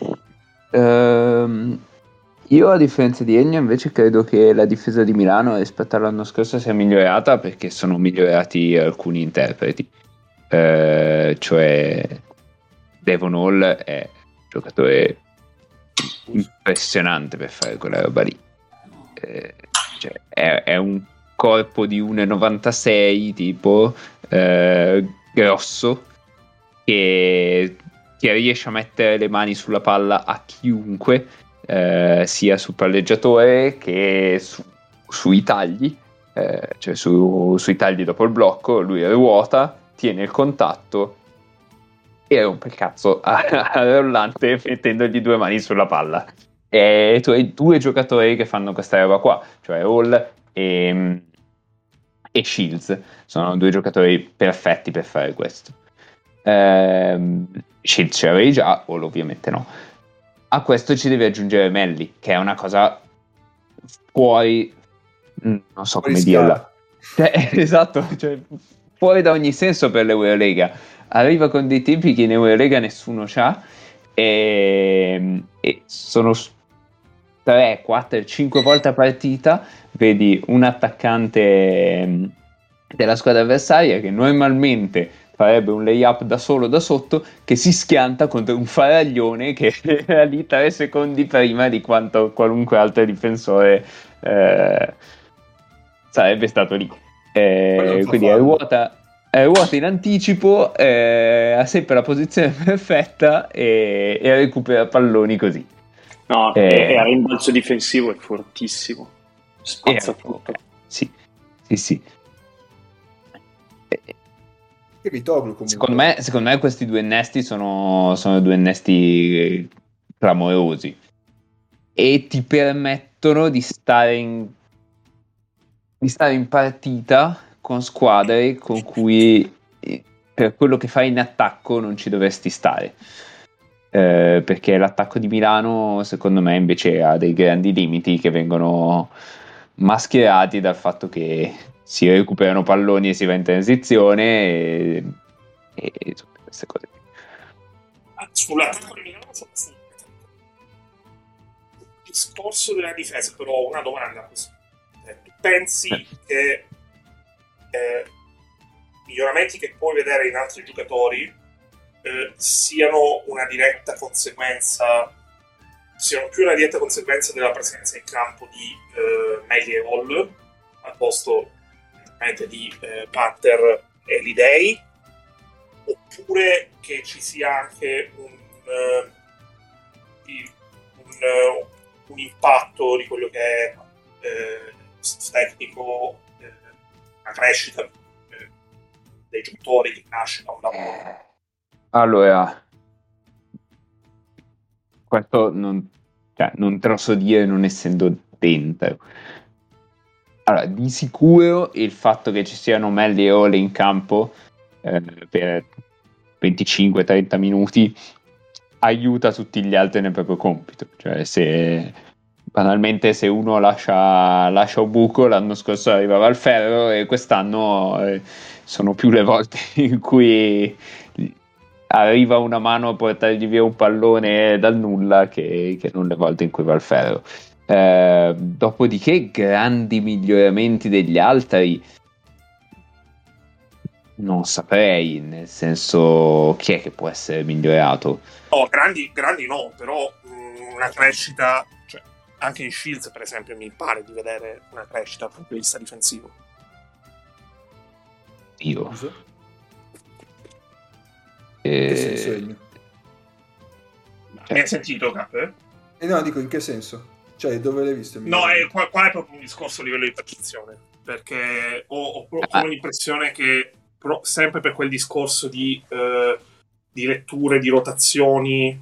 io, a differenza di Ennio, invece credo che la difesa di Milano rispetto all'anno scorso sia migliorata, perché sono migliorati alcuni interpreti. Cioè Devon Hall è un giocatore impressionante per fare quella roba lì. Cioè, è un corpo di 1,96 tipo, grosso, che riesce a mettere le mani sulla palla a chiunque, sia sul palleggiatore che sui tagli, cioè sui tagli dopo il blocco. Lui ruota, tiene il contatto e rompe il cazzo al rollante mettendogli 2 mani sulla palla. E tu hai 2 giocatori che fanno questa roba qua, cioè Hall e Shields. Sono 2 giocatori perfetti per fare questo. Shields ce l'avevi già, Hall ovviamente no. A questo ci devi aggiungere Melli, che è una cosa fuori, non so come dirla, Esatto, cioè, fuori da ogni senso per l'Eurolega. Arriva con dei tempi che in Eurolega nessuno c'ha e sono 3, 4, 5 volte a partita. Vedi un attaccante della squadra avversaria che normalmente farebbe un layup da solo da sotto, che si schianta contro un faraglione che era lì 3 secondi prima di quanto qualunque altro difensore sarebbe stato lì. Quindi è ruota in anticipo, ha sempre la posizione perfetta e recupera palloni così. No, e a rimbalzo difensivo è fortissimo, spazza tutto. Sì. Secondo me questi due innesti sono due innesti clamorosi e ti permettono di stare in partita con squadre con cui per quello che fai in attacco non ci dovresti stare, perché l'attacco di Milano secondo me invece ha dei grandi limiti che vengono mascherati dal fatto che si recuperano palloni e si va in transizione e tutte queste cose. Sull'attacco di Milano il discorso della difesa, però una domanda. Tu pensi che miglioramenti che puoi vedere in altri giocatori siano una diretta conseguenza, siano più una diretta conseguenza della presenza in campo di Melli e Hall al posto di Panther e Lidei, oppure che ci sia anche un impatto di quello che è tecnico, una crescita dei giocatori che nasce da un lavoro. Allora, questo non te lo so dire non essendo dentro. Allora, di sicuro il fatto che ci siano Melli e Ole in campo per 25-30 minuti aiuta tutti gli altri nel proprio compito. Cioè, banalmente se uno lascia un buco, l'anno scorso arrivava al ferro e quest'anno sono più le volte in cui arriva una mano a portargli via un pallone dal nulla che non le volte in cui va al ferro. Dopodiché grandi miglioramenti degli altri non saprei, nel senso, chi è che può essere migliorato? No, grandi no, però una crescita, cioè, anche in Shields per esempio mi pare di vedere una crescita dal punto di vista difensivo. Io che senso è? Mi hai sentito, Cap? No, dico in che senso? Cioè, dove l'hai visto? No, qua è proprio un discorso a livello di percezione, perché ho l'impressione che sempre per quel discorso di letture, di rotazioni,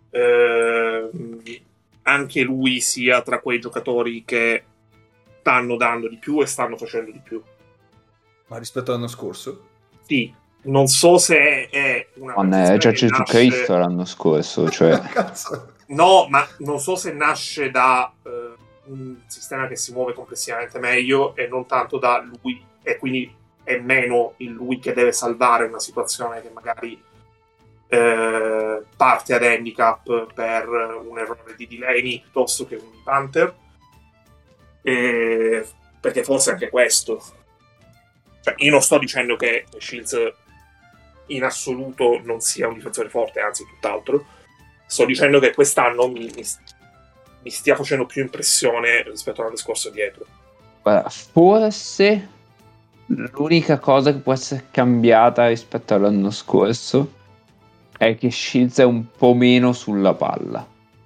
anche lui sia tra quei giocatori che stanno dando di più e stanno facendo di più. Ma rispetto all'anno scorso? Sì, non so se è una è già Gesù Cristo l'anno scorso, cioè... Cazzo. No, ma non so se nasce da un sistema che si muove complessivamente meglio e non tanto da lui, e quindi è meno il lui che deve salvare una situazione che magari parte ad handicap per un errore di Delaney piuttosto che un Panther, perché forse anche questo, cioè, io non sto dicendo che Shields in assoluto non sia un difensore forte, anzi tutt'altro. Sto dicendo che quest'anno mi stia facendo più impressione rispetto all'anno scorso dietro. Guarda, forse l'unica cosa che può essere cambiata rispetto all'anno scorso è che Shields è un po' meno sulla palla.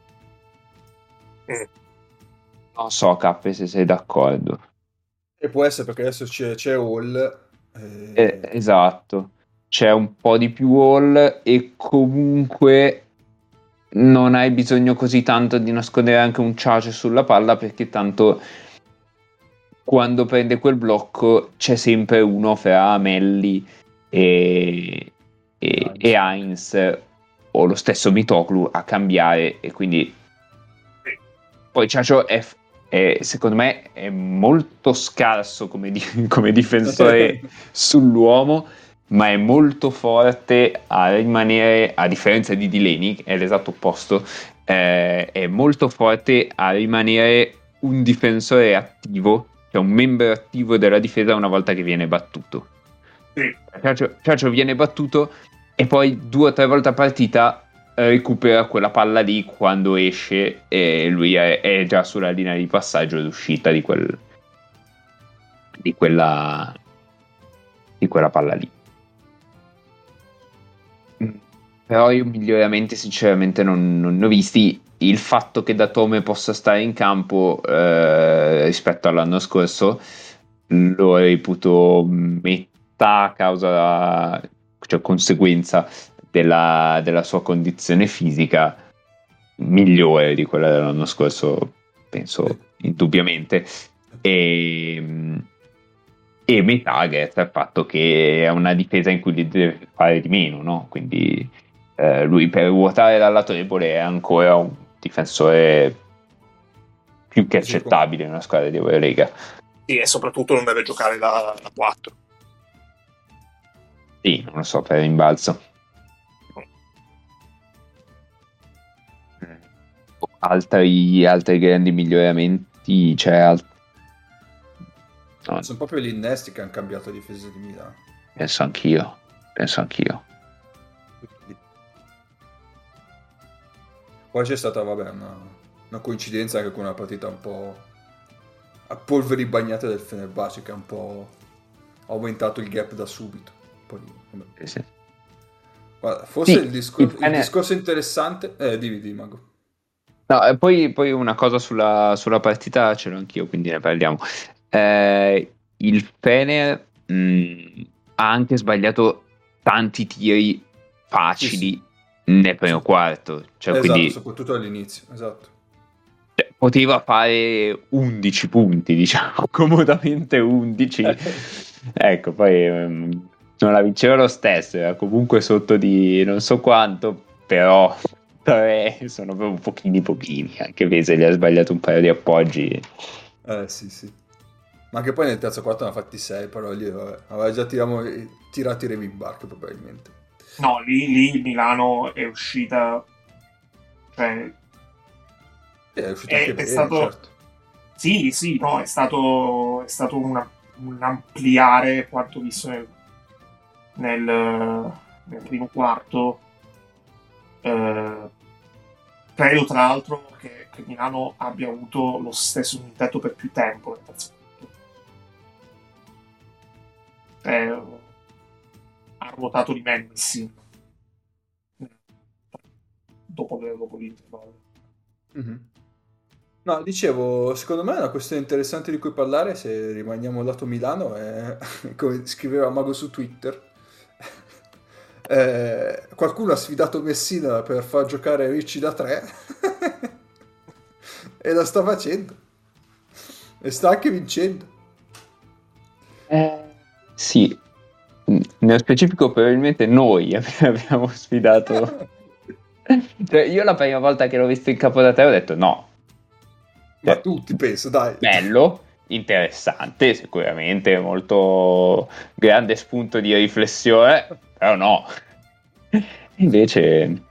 Non so, Cappe, se sei d'accordo. E può essere perché adesso c'è Hall. Esatto. C'è un po' di più Hall e comunque non hai bisogno così tanto di nascondere anche un Charge sulla palla, perché tanto quando prende quel blocco c'è sempre uno fra Melli e Heinz o lo stesso Mitoglu a cambiare, e quindi poi Chacho è secondo me è molto scarso come difensore sull'uomo, ma è molto forte a rimanere, a differenza di Delaney, che è l'esatto opposto, è molto forte a rimanere un difensore attivo, cioè un membro attivo della difesa una volta che viene battuto. Sì. Ciaccio viene battuto e poi 2 o 3 volte a partita recupera quella palla lì quando esce, e lui è già sulla linea di passaggio d'uscita di quella palla lì. Però io miglioramenti sinceramente non ne ho visti. Il fatto che Datome possa stare in campo rispetto all'anno scorso lo reputo metà causa, cioè conseguenza della sua condizione fisica migliore di quella dell'anno scorso, penso indubbiamente, e metà grazie al fatto che è una difesa in cui deve fare di meno, no? Quindi lui per ruotare dal lato debole è ancora un difensore più che accettabile in una squadra di Eurolega. Sì, e soprattutto non deve giocare da 4. Sì, non lo so, per rimbalzo. Altri grandi miglioramenti, cioè no. Sono proprio gli innesti che hanno cambiato la difesa di Milano. Penso anch'io. Poi c'è stata, una coincidenza anche con una partita un po' a polveri bagnate del Fenerbahce, che ha un po' aumentato il gap da subito. Poi, sì. Guarda, forse il discorso interessante... Dimmi, Mago. No, e poi una cosa sulla partita ce l'ho anch'io, quindi ne parliamo. Il Fener ha anche sbagliato tanti tiri facili nel primo quarto, cioè, esatto, quindi, soprattutto all'inizio, esatto. Cioè, poteva fare 11 punti, diciamo, comodamente 11. Ecco, poi non la vinceva lo stesso, era comunque sotto di non so quanto, però 3 sono proprio pochini, anche Vesely ha sbagliato un paio di appoggi. Sì. Ma anche poi nel terzo quarto ne ha fatti 6, però lì aveva già tirato i remi in barca probabilmente. No, lì il Milano è uscita, cioè è uscita anche bene, stato, certo. Sì, no, è stato un ampliare quanto visto nel primo quarto. Credo tra l'altro che Milano abbia avuto lo stesso quintetto per più tempo nel terzo quarto. Ha ruotato di meno dopo l'intervallo. Mm-hmm. No, dicevo, secondo me è una questione interessante di cui parlare, se rimaniamo lato Milano, è, come scriveva Mago su Twitter, qualcuno ha sfidato Messina per far giocare Ricci da 3 e la sta facendo e sta anche vincendo. Sì, nello specifico probabilmente noi abbiamo sfidato. Cioè, io la prima volta che l'ho visto in capo da 3 ho detto no. Ma tutti penso, dai. Bello, interessante, sicuramente molto grande spunto di riflessione, però no. Invece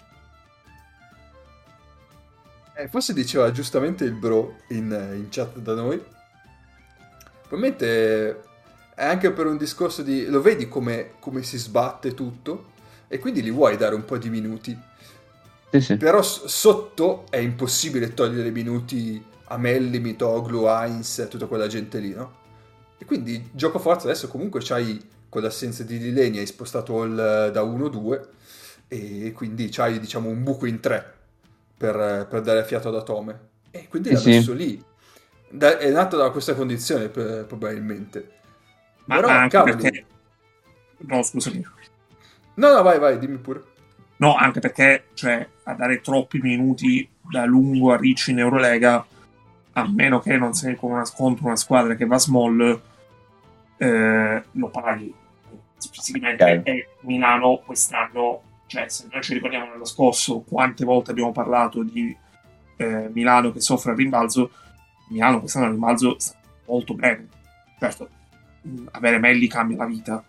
forse diceva giustamente il bro in chat da noi, probabilmente è anche per un discorso di lo vedi come si sbatte tutto e quindi gli vuoi dare un po' di minuti. Sì. Però sotto è impossibile togliere minuti a Melli, Mitoglu, Heinz, tutta quella gente lì, no? E quindi gioco forza adesso comunque c'hai con l'assenza di Delaney, hai spostato da 1-2 e quindi c'hai diciamo un buco in 3 per dare fiato ad Atome e quindi l'ha messo lì. È nato da questa condizione probabilmente. Ma però anche cavoli. Perché... No, scusami. No, vai, dimmi pure. No, anche perché, cioè, a dare troppi minuti da lungo a Ricci in Eurolega, a meno che non sei contro una squadra che va small, lo paghi. Fisicamente è Milano quest'anno, cioè, se noi ci ricordiamo l'anno scorso quante volte abbiamo parlato di Milano che soffre al rimbalzo, Milano quest'anno al rimbalzo sta molto bene. Certo, avere Melli cambia la vita,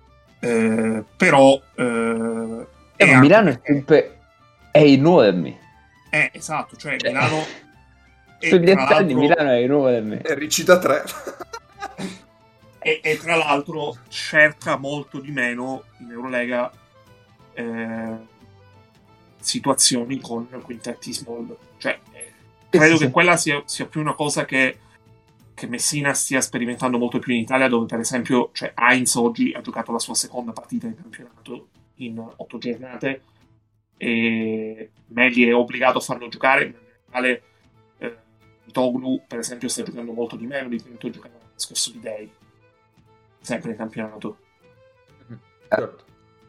però ma Milano è enorme. Esatto, cioè Milano sugli esterni Milano è enorme, è Ricci da 3. e tra l'altro cerca molto di meno in Eurolega situazioni con quintetti small, cioè credo che quella sia più una cosa che Messina stia sperimentando molto più in Italia, dove per esempio Heinz oggi ha giocato la sua seconda partita in campionato in 8 giornate e Melli è obbligato a farlo giocare, in generale Toglu per esempio sta giocando molto di meno di quanto giocava l'anno scorso di Day, sempre in campionato. Certo.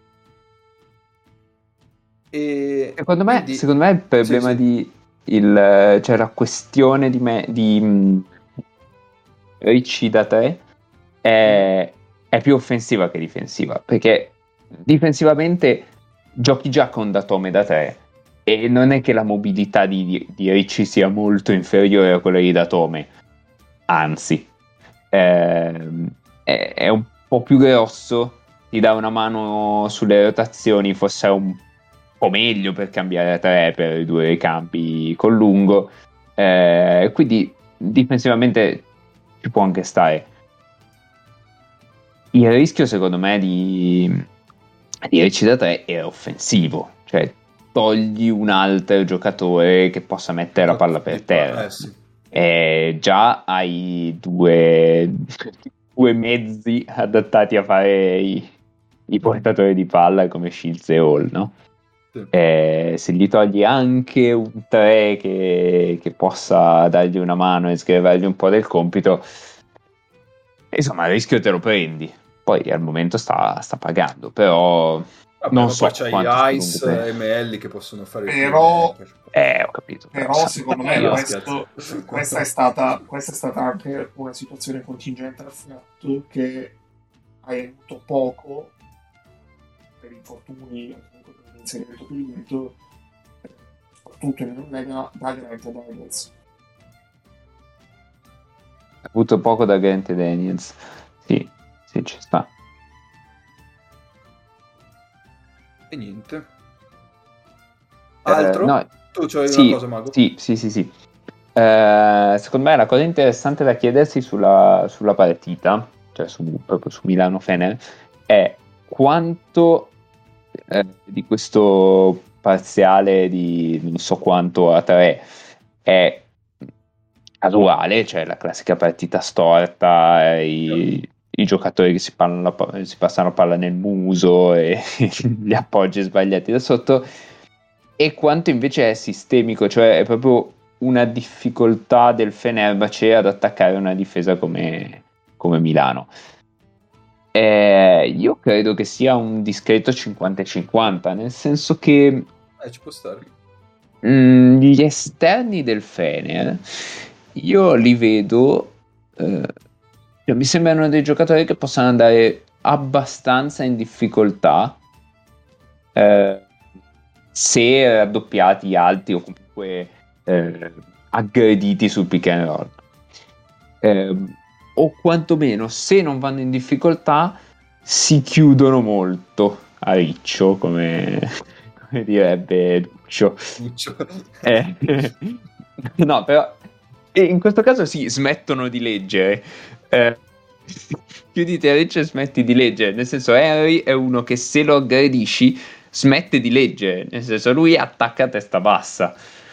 E secondo me il problema cioè la questione di Ricci da 3 è più offensiva che difensiva, perché difensivamente giochi già con Datome da 3 e non è che la mobilità di Ricci sia molto inferiore a quella di Datome, anzi è un po' più grosso, ti dà una mano sulle rotazioni, forse è un po' meglio per cambiare a 3 per ridurre i campi con lungo, quindi difensivamente ci può anche stare. Il rischio secondo me di Ricci da 3 è offensivo, cioè togli un altro giocatore che possa mettere la palla per terra, già hai due mezzi adattati a fare i portatori di palla come Shields e Hall, no? Sì. Se gli togli anche un 3 che possa dargli una mano e sgrevargli un po' del compito, insomma il rischio te lo prendi, poi al momento sta pagando, però non so c'hai Ice e Melli che possono fare però ho capito, però secondo me questa è stata anche una situazione contingente al fatto che hai avuto poco per infortuni o comunque per l'inserimento più lento, soprattutto in Lega da Grant Daniels. Ha avuto poco da Grant Daniels, sì, ci sta. E niente. Altro? No, tu c'hai una cosa, Mago? Sì. Secondo me la cosa interessante da chiedersi sulla partita, cioè proprio su Milano-Fener, è quanto di questo parziale di non so quanto a 3 è casuale, cioè la classica partita storta, i giocatori che si passano la palla nel muso e gli appoggi sbagliati da sotto, e quanto invece è sistemico, cioè è proprio una difficoltà del Fenerbahce ad attaccare una difesa come Milano. Io credo che sia un discreto 50-50, nel senso che ci può stare. Gli esterni del Fener io li vedo, mi sembrano dei giocatori che possano andare abbastanza in difficoltà se raddoppiati alti o comunque aggrediti sul pick and roll, o quantomeno se non vanno in difficoltà si chiudono molto a riccio, come direbbe Duccio. No, però in questo caso sì, smettono di leggere. Chiuditi a riccio e smetti di leggere, nel senso Henry è uno che se lo aggredisci smette di leggere, nel senso lui attacca a testa bassa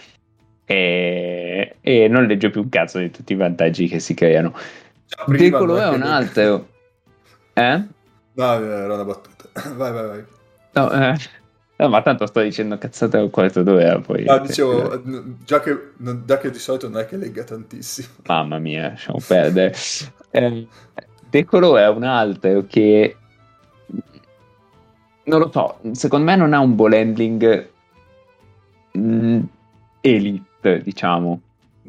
e non legge più un cazzo di tutti i vantaggi che si creano. Decolo è un altro. No, era una battuta. Vai. No, ma tanto sto dicendo cazzate al quarto d'ora poi. No, dicevo, già che di solito non è che legga tantissimo. Mamma mia, lasciamo perdere. Decolo è un altro che non lo so, secondo me non ha un ball handling elite, diciamo.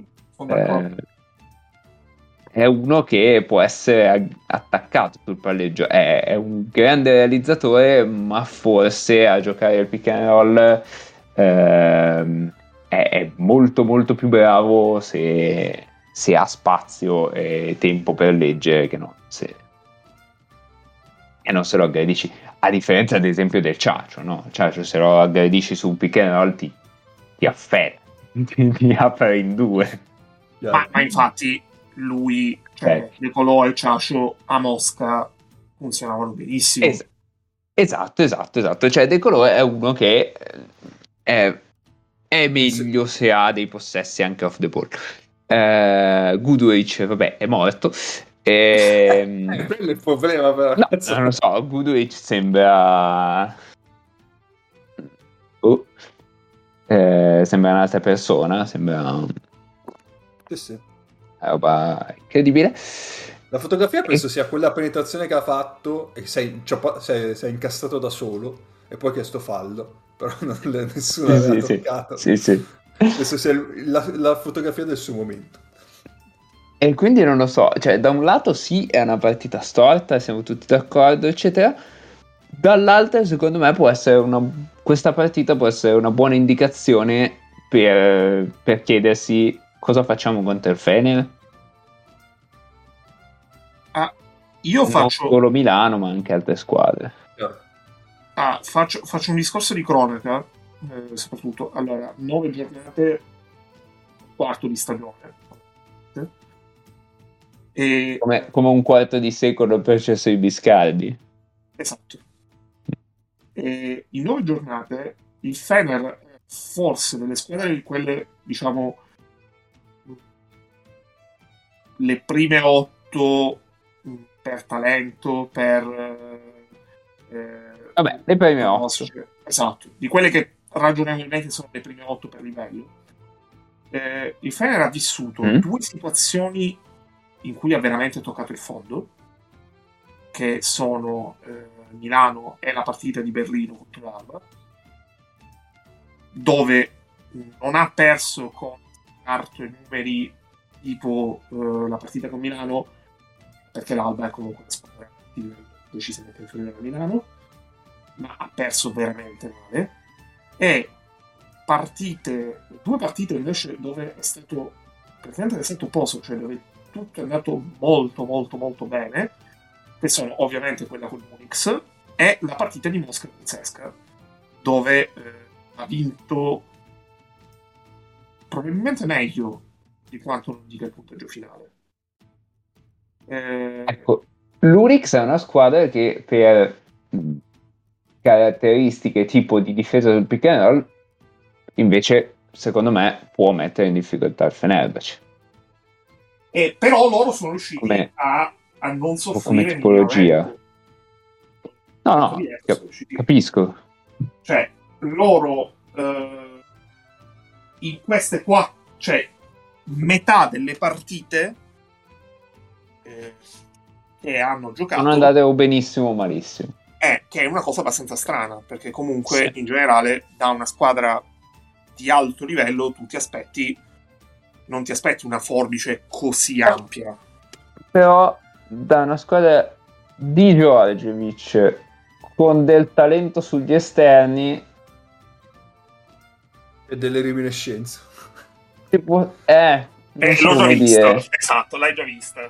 È uno che può essere attaccato sul palleggio, è un grande realizzatore, ma forse a giocare al pick and roll è molto molto più bravo se se ha spazio e tempo per leggere, che no, e non se lo aggredisci, a differenza ad esempio del Ciaccio, no? Ciaccio se lo aggredisci su un pick and roll ti affetta, ti apre in due. Ma infatti lui, De Colò e Ciaccio a Mosca funzionavano benissimo. Esatto, cioè De Colò è uno che è meglio se ha dei possessi anche off the ball. Goodrich, vabbè, è morto. Quello è il problema, però. No, non lo so, Goodrich sembra sembra un'altra persona, sembra Sì. roba incredibile. La fotografia penso sia quella penetrazione che ha fatto e sei incastrato da solo e poi ha chiesto fallo, però nessuno aveva toccato. Sì. Penso sia la fotografia del suo momento. E quindi non lo so, cioè da un lato sì è una partita storta, siamo tutti d'accordo eccetera, dall'altro secondo me questa partita può essere una buona indicazione per chiedersi cosa facciamo contro il Fener. Io faccio non solo Milano ma anche altre squadre. Faccio un discorso di cronaca, soprattutto. Allora, 9 giornate, quarto di stagione. E... Come un quarto di secolo per Cesso i Biscardi. Esatto. E in 9 giornate il Fener è forse delle squadre, quelle, diciamo, le prime 8 per talento, per... vabbè, le prime 8. Esatto, di quelle che ragionevolmente sono le prime 8 per livello. Il Fener ha vissuto 2 situazioni in cui ha veramente toccato il fondo, che sono Milano e la partita di Berlino contro l'Alba, dove non ha perso con carto e numeri tipo la partita con Milano, perché l'Alba è comunque una squadra decisamente inferiore a Milano, ma ha perso veramente male. E 2 partite invece dove è stato poso, cioè dove tutto è andato molto molto molto bene, che sono ovviamente quella con Munich e la partita di Mosca con Cesca, dove ha vinto probabilmente meglio di quanto non dica il punteggio finale. Ecco, l'Urix è una squadra che per caratteristiche tipo di difesa del pick and roll invece secondo me può mettere in difficoltà il Fenerbahce. Però loro sono riusciti a non soffrire come tipologia. No, capisco. Cioè, loro in queste 4, cioè metà delle partite che hanno giocato sono andate o benissimo o malissimo. Che è una cosa abbastanza strana, perché comunque in generale da una squadra di alto livello non ti aspetti una forbice così ampia. Però da una squadra di Djordjevic con del talento sugli esterni e delle reminiscenze. Tipo, l'ho già visto, esatto, l'hai già vista.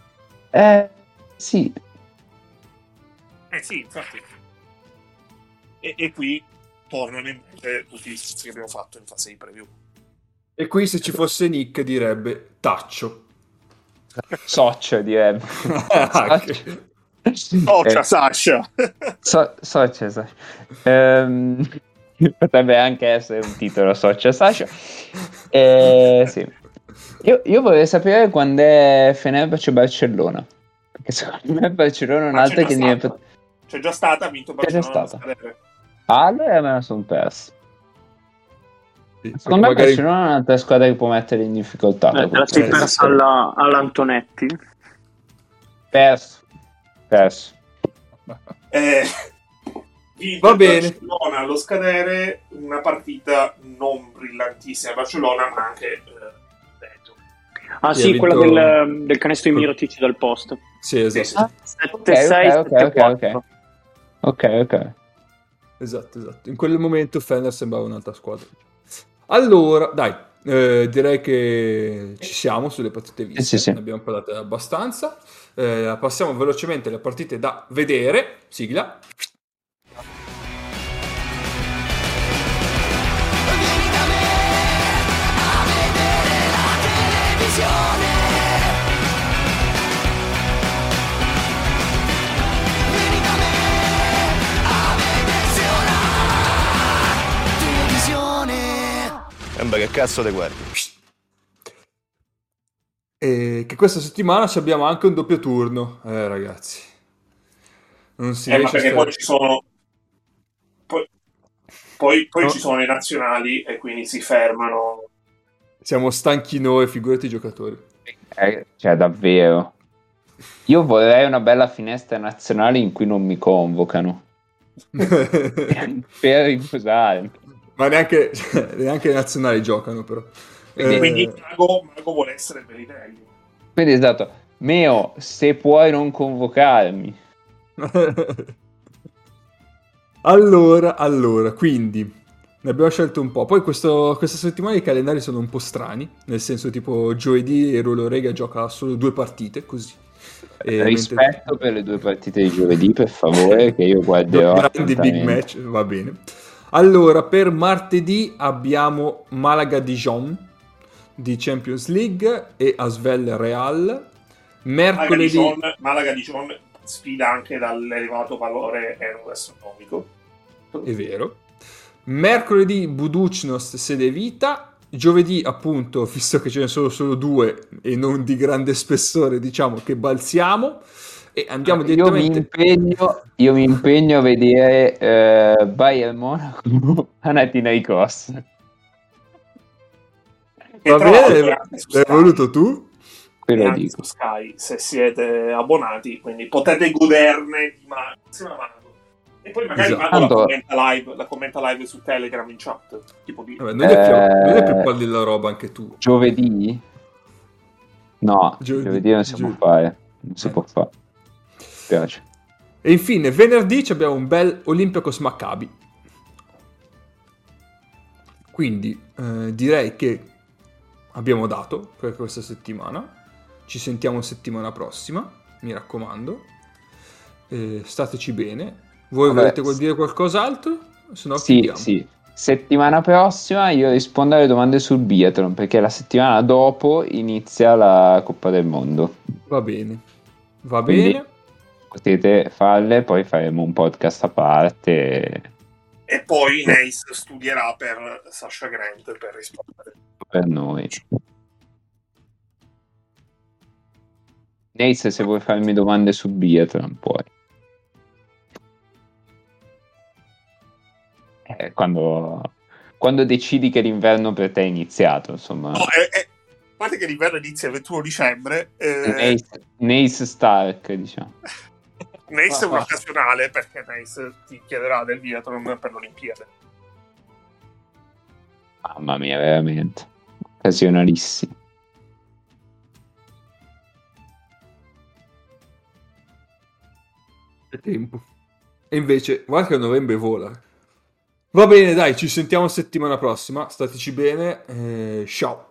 Sì. Sì, infatti. E qui tornano in mente tutti i discorsi che abbiamo fatto in fase di preview. E qui se ci fosse Nick direbbe Taccio. Socio direbbe. Socia Sasha. Socia Sasha. Potrebbe anche essere un titolo Socia Sasha. Sì. Io vorrei sapere quando è Fenerbahce Barcellona. Perché secondo me Barcellona è un'altra che c'è già stata, ha vinto Barcellona. Allora me la sono persa. Secondo me Barcellona è un'altra squadra che può mettere in difficoltà. Te la sei persa all'Antonetti? Perso. Va bene. Barcellona allo scadere, una partita non brillantissima a Barcellona, ma anche sì, quella del canestro di Mirotic dal post. Sì, esatto. 7-6, ok. Esatto. In quel momento Fener sembrava un'altra squadra. Allora, dai, direi che ci siamo sulle partite viste, Sì. ne abbiamo parlato abbastanza. Passiamo velocemente alle partite da vedere. Sigla. Vieni da me a vedere la televisione. Vieni da me a vedersi una televisione. Che cazzo te guardi? E che questa settimana ci abbiamo anche un doppio turno, ragazzi. Non si Ma riesce a perché stare... poi ci sono poi No. ci sono le nazionali e quindi si fermano. Siamo stanchi noi, figurati i giocatori. Cioè, davvero. Io vorrei una bella finestra nazionale in cui non mi convocano. Per riposare. Ma neanche le nazionali giocano, però. Quindi Mago vuole essere Bellinelli. Quindi esatto. Meo, se puoi non convocarmi. Allora, quindi ne abbiamo scelto un po'. Poi questa settimana i calendari sono un po' strani, nel senso tipo giovedì Ruolo Rega gioca solo 2 partite, così. Rispetto per le 2 partite di giovedì, per favore, che io guarderò. Grandi big match, va bene. Allora, per martedì abbiamo Malaga-Dijon di Champions League e Asvel Real. Mercoledì Malaga-Dijon sfida anche dall'elevato valore astronomico. è vero. Mercoledì Budućnost Sede Vita. Giovedì, appunto, visto che ce ne sono solo 2 e non di grande spessore, diciamo che balziamo e andiamo direttamente. Io mi impegno a vedere Bayern Monaco Panathinaikos. Va bene, l'hai voluto tu? Quello E anche dico. su Sky, se siete abbonati, quindi potete goderne di massima mano. E poi magari Esatto. Mago la commenta live su Telegram in chat. Tipo di... Vabbè, non è più parli la roba anche tu. Giovedì? No, giovedì non si può fare. Non si può fare. Mi spiace. E infine, venerdì abbiamo un bel Olympiacos Maccabi. Quindi direi che abbiamo dato per questa settimana. Ci sentiamo settimana prossima, mi raccomando. Stateci bene. Voi volete dire qualcos'altro? Se no, chiudiamo. Sì. Settimana prossima io rispondo alle domande sul biathlon, perché la settimana dopo inizia la Coppa del Mondo. Va bene. Quindi potete farle, poi faremo un podcast a parte. E poi Neis studierà per Sasha Grant per rispondere. Per noi. Neis, se vuoi farmi domande su biathlon, puoi. Quando decidi che l'inverno per te è iniziato, insomma. No, a parte che l'inverno inizia il 21 dicembre. Neis Stark, diciamo. Neis è un occasionale, perché Neis ti chiederà del biathlon per l'Olimpiade. Mamma mia, veramente. Occasionalissimo. È tempo. E invece, guarda che a novembre vola. Va bene, dai, ci sentiamo settimana prossima. Stateci bene. Ciao.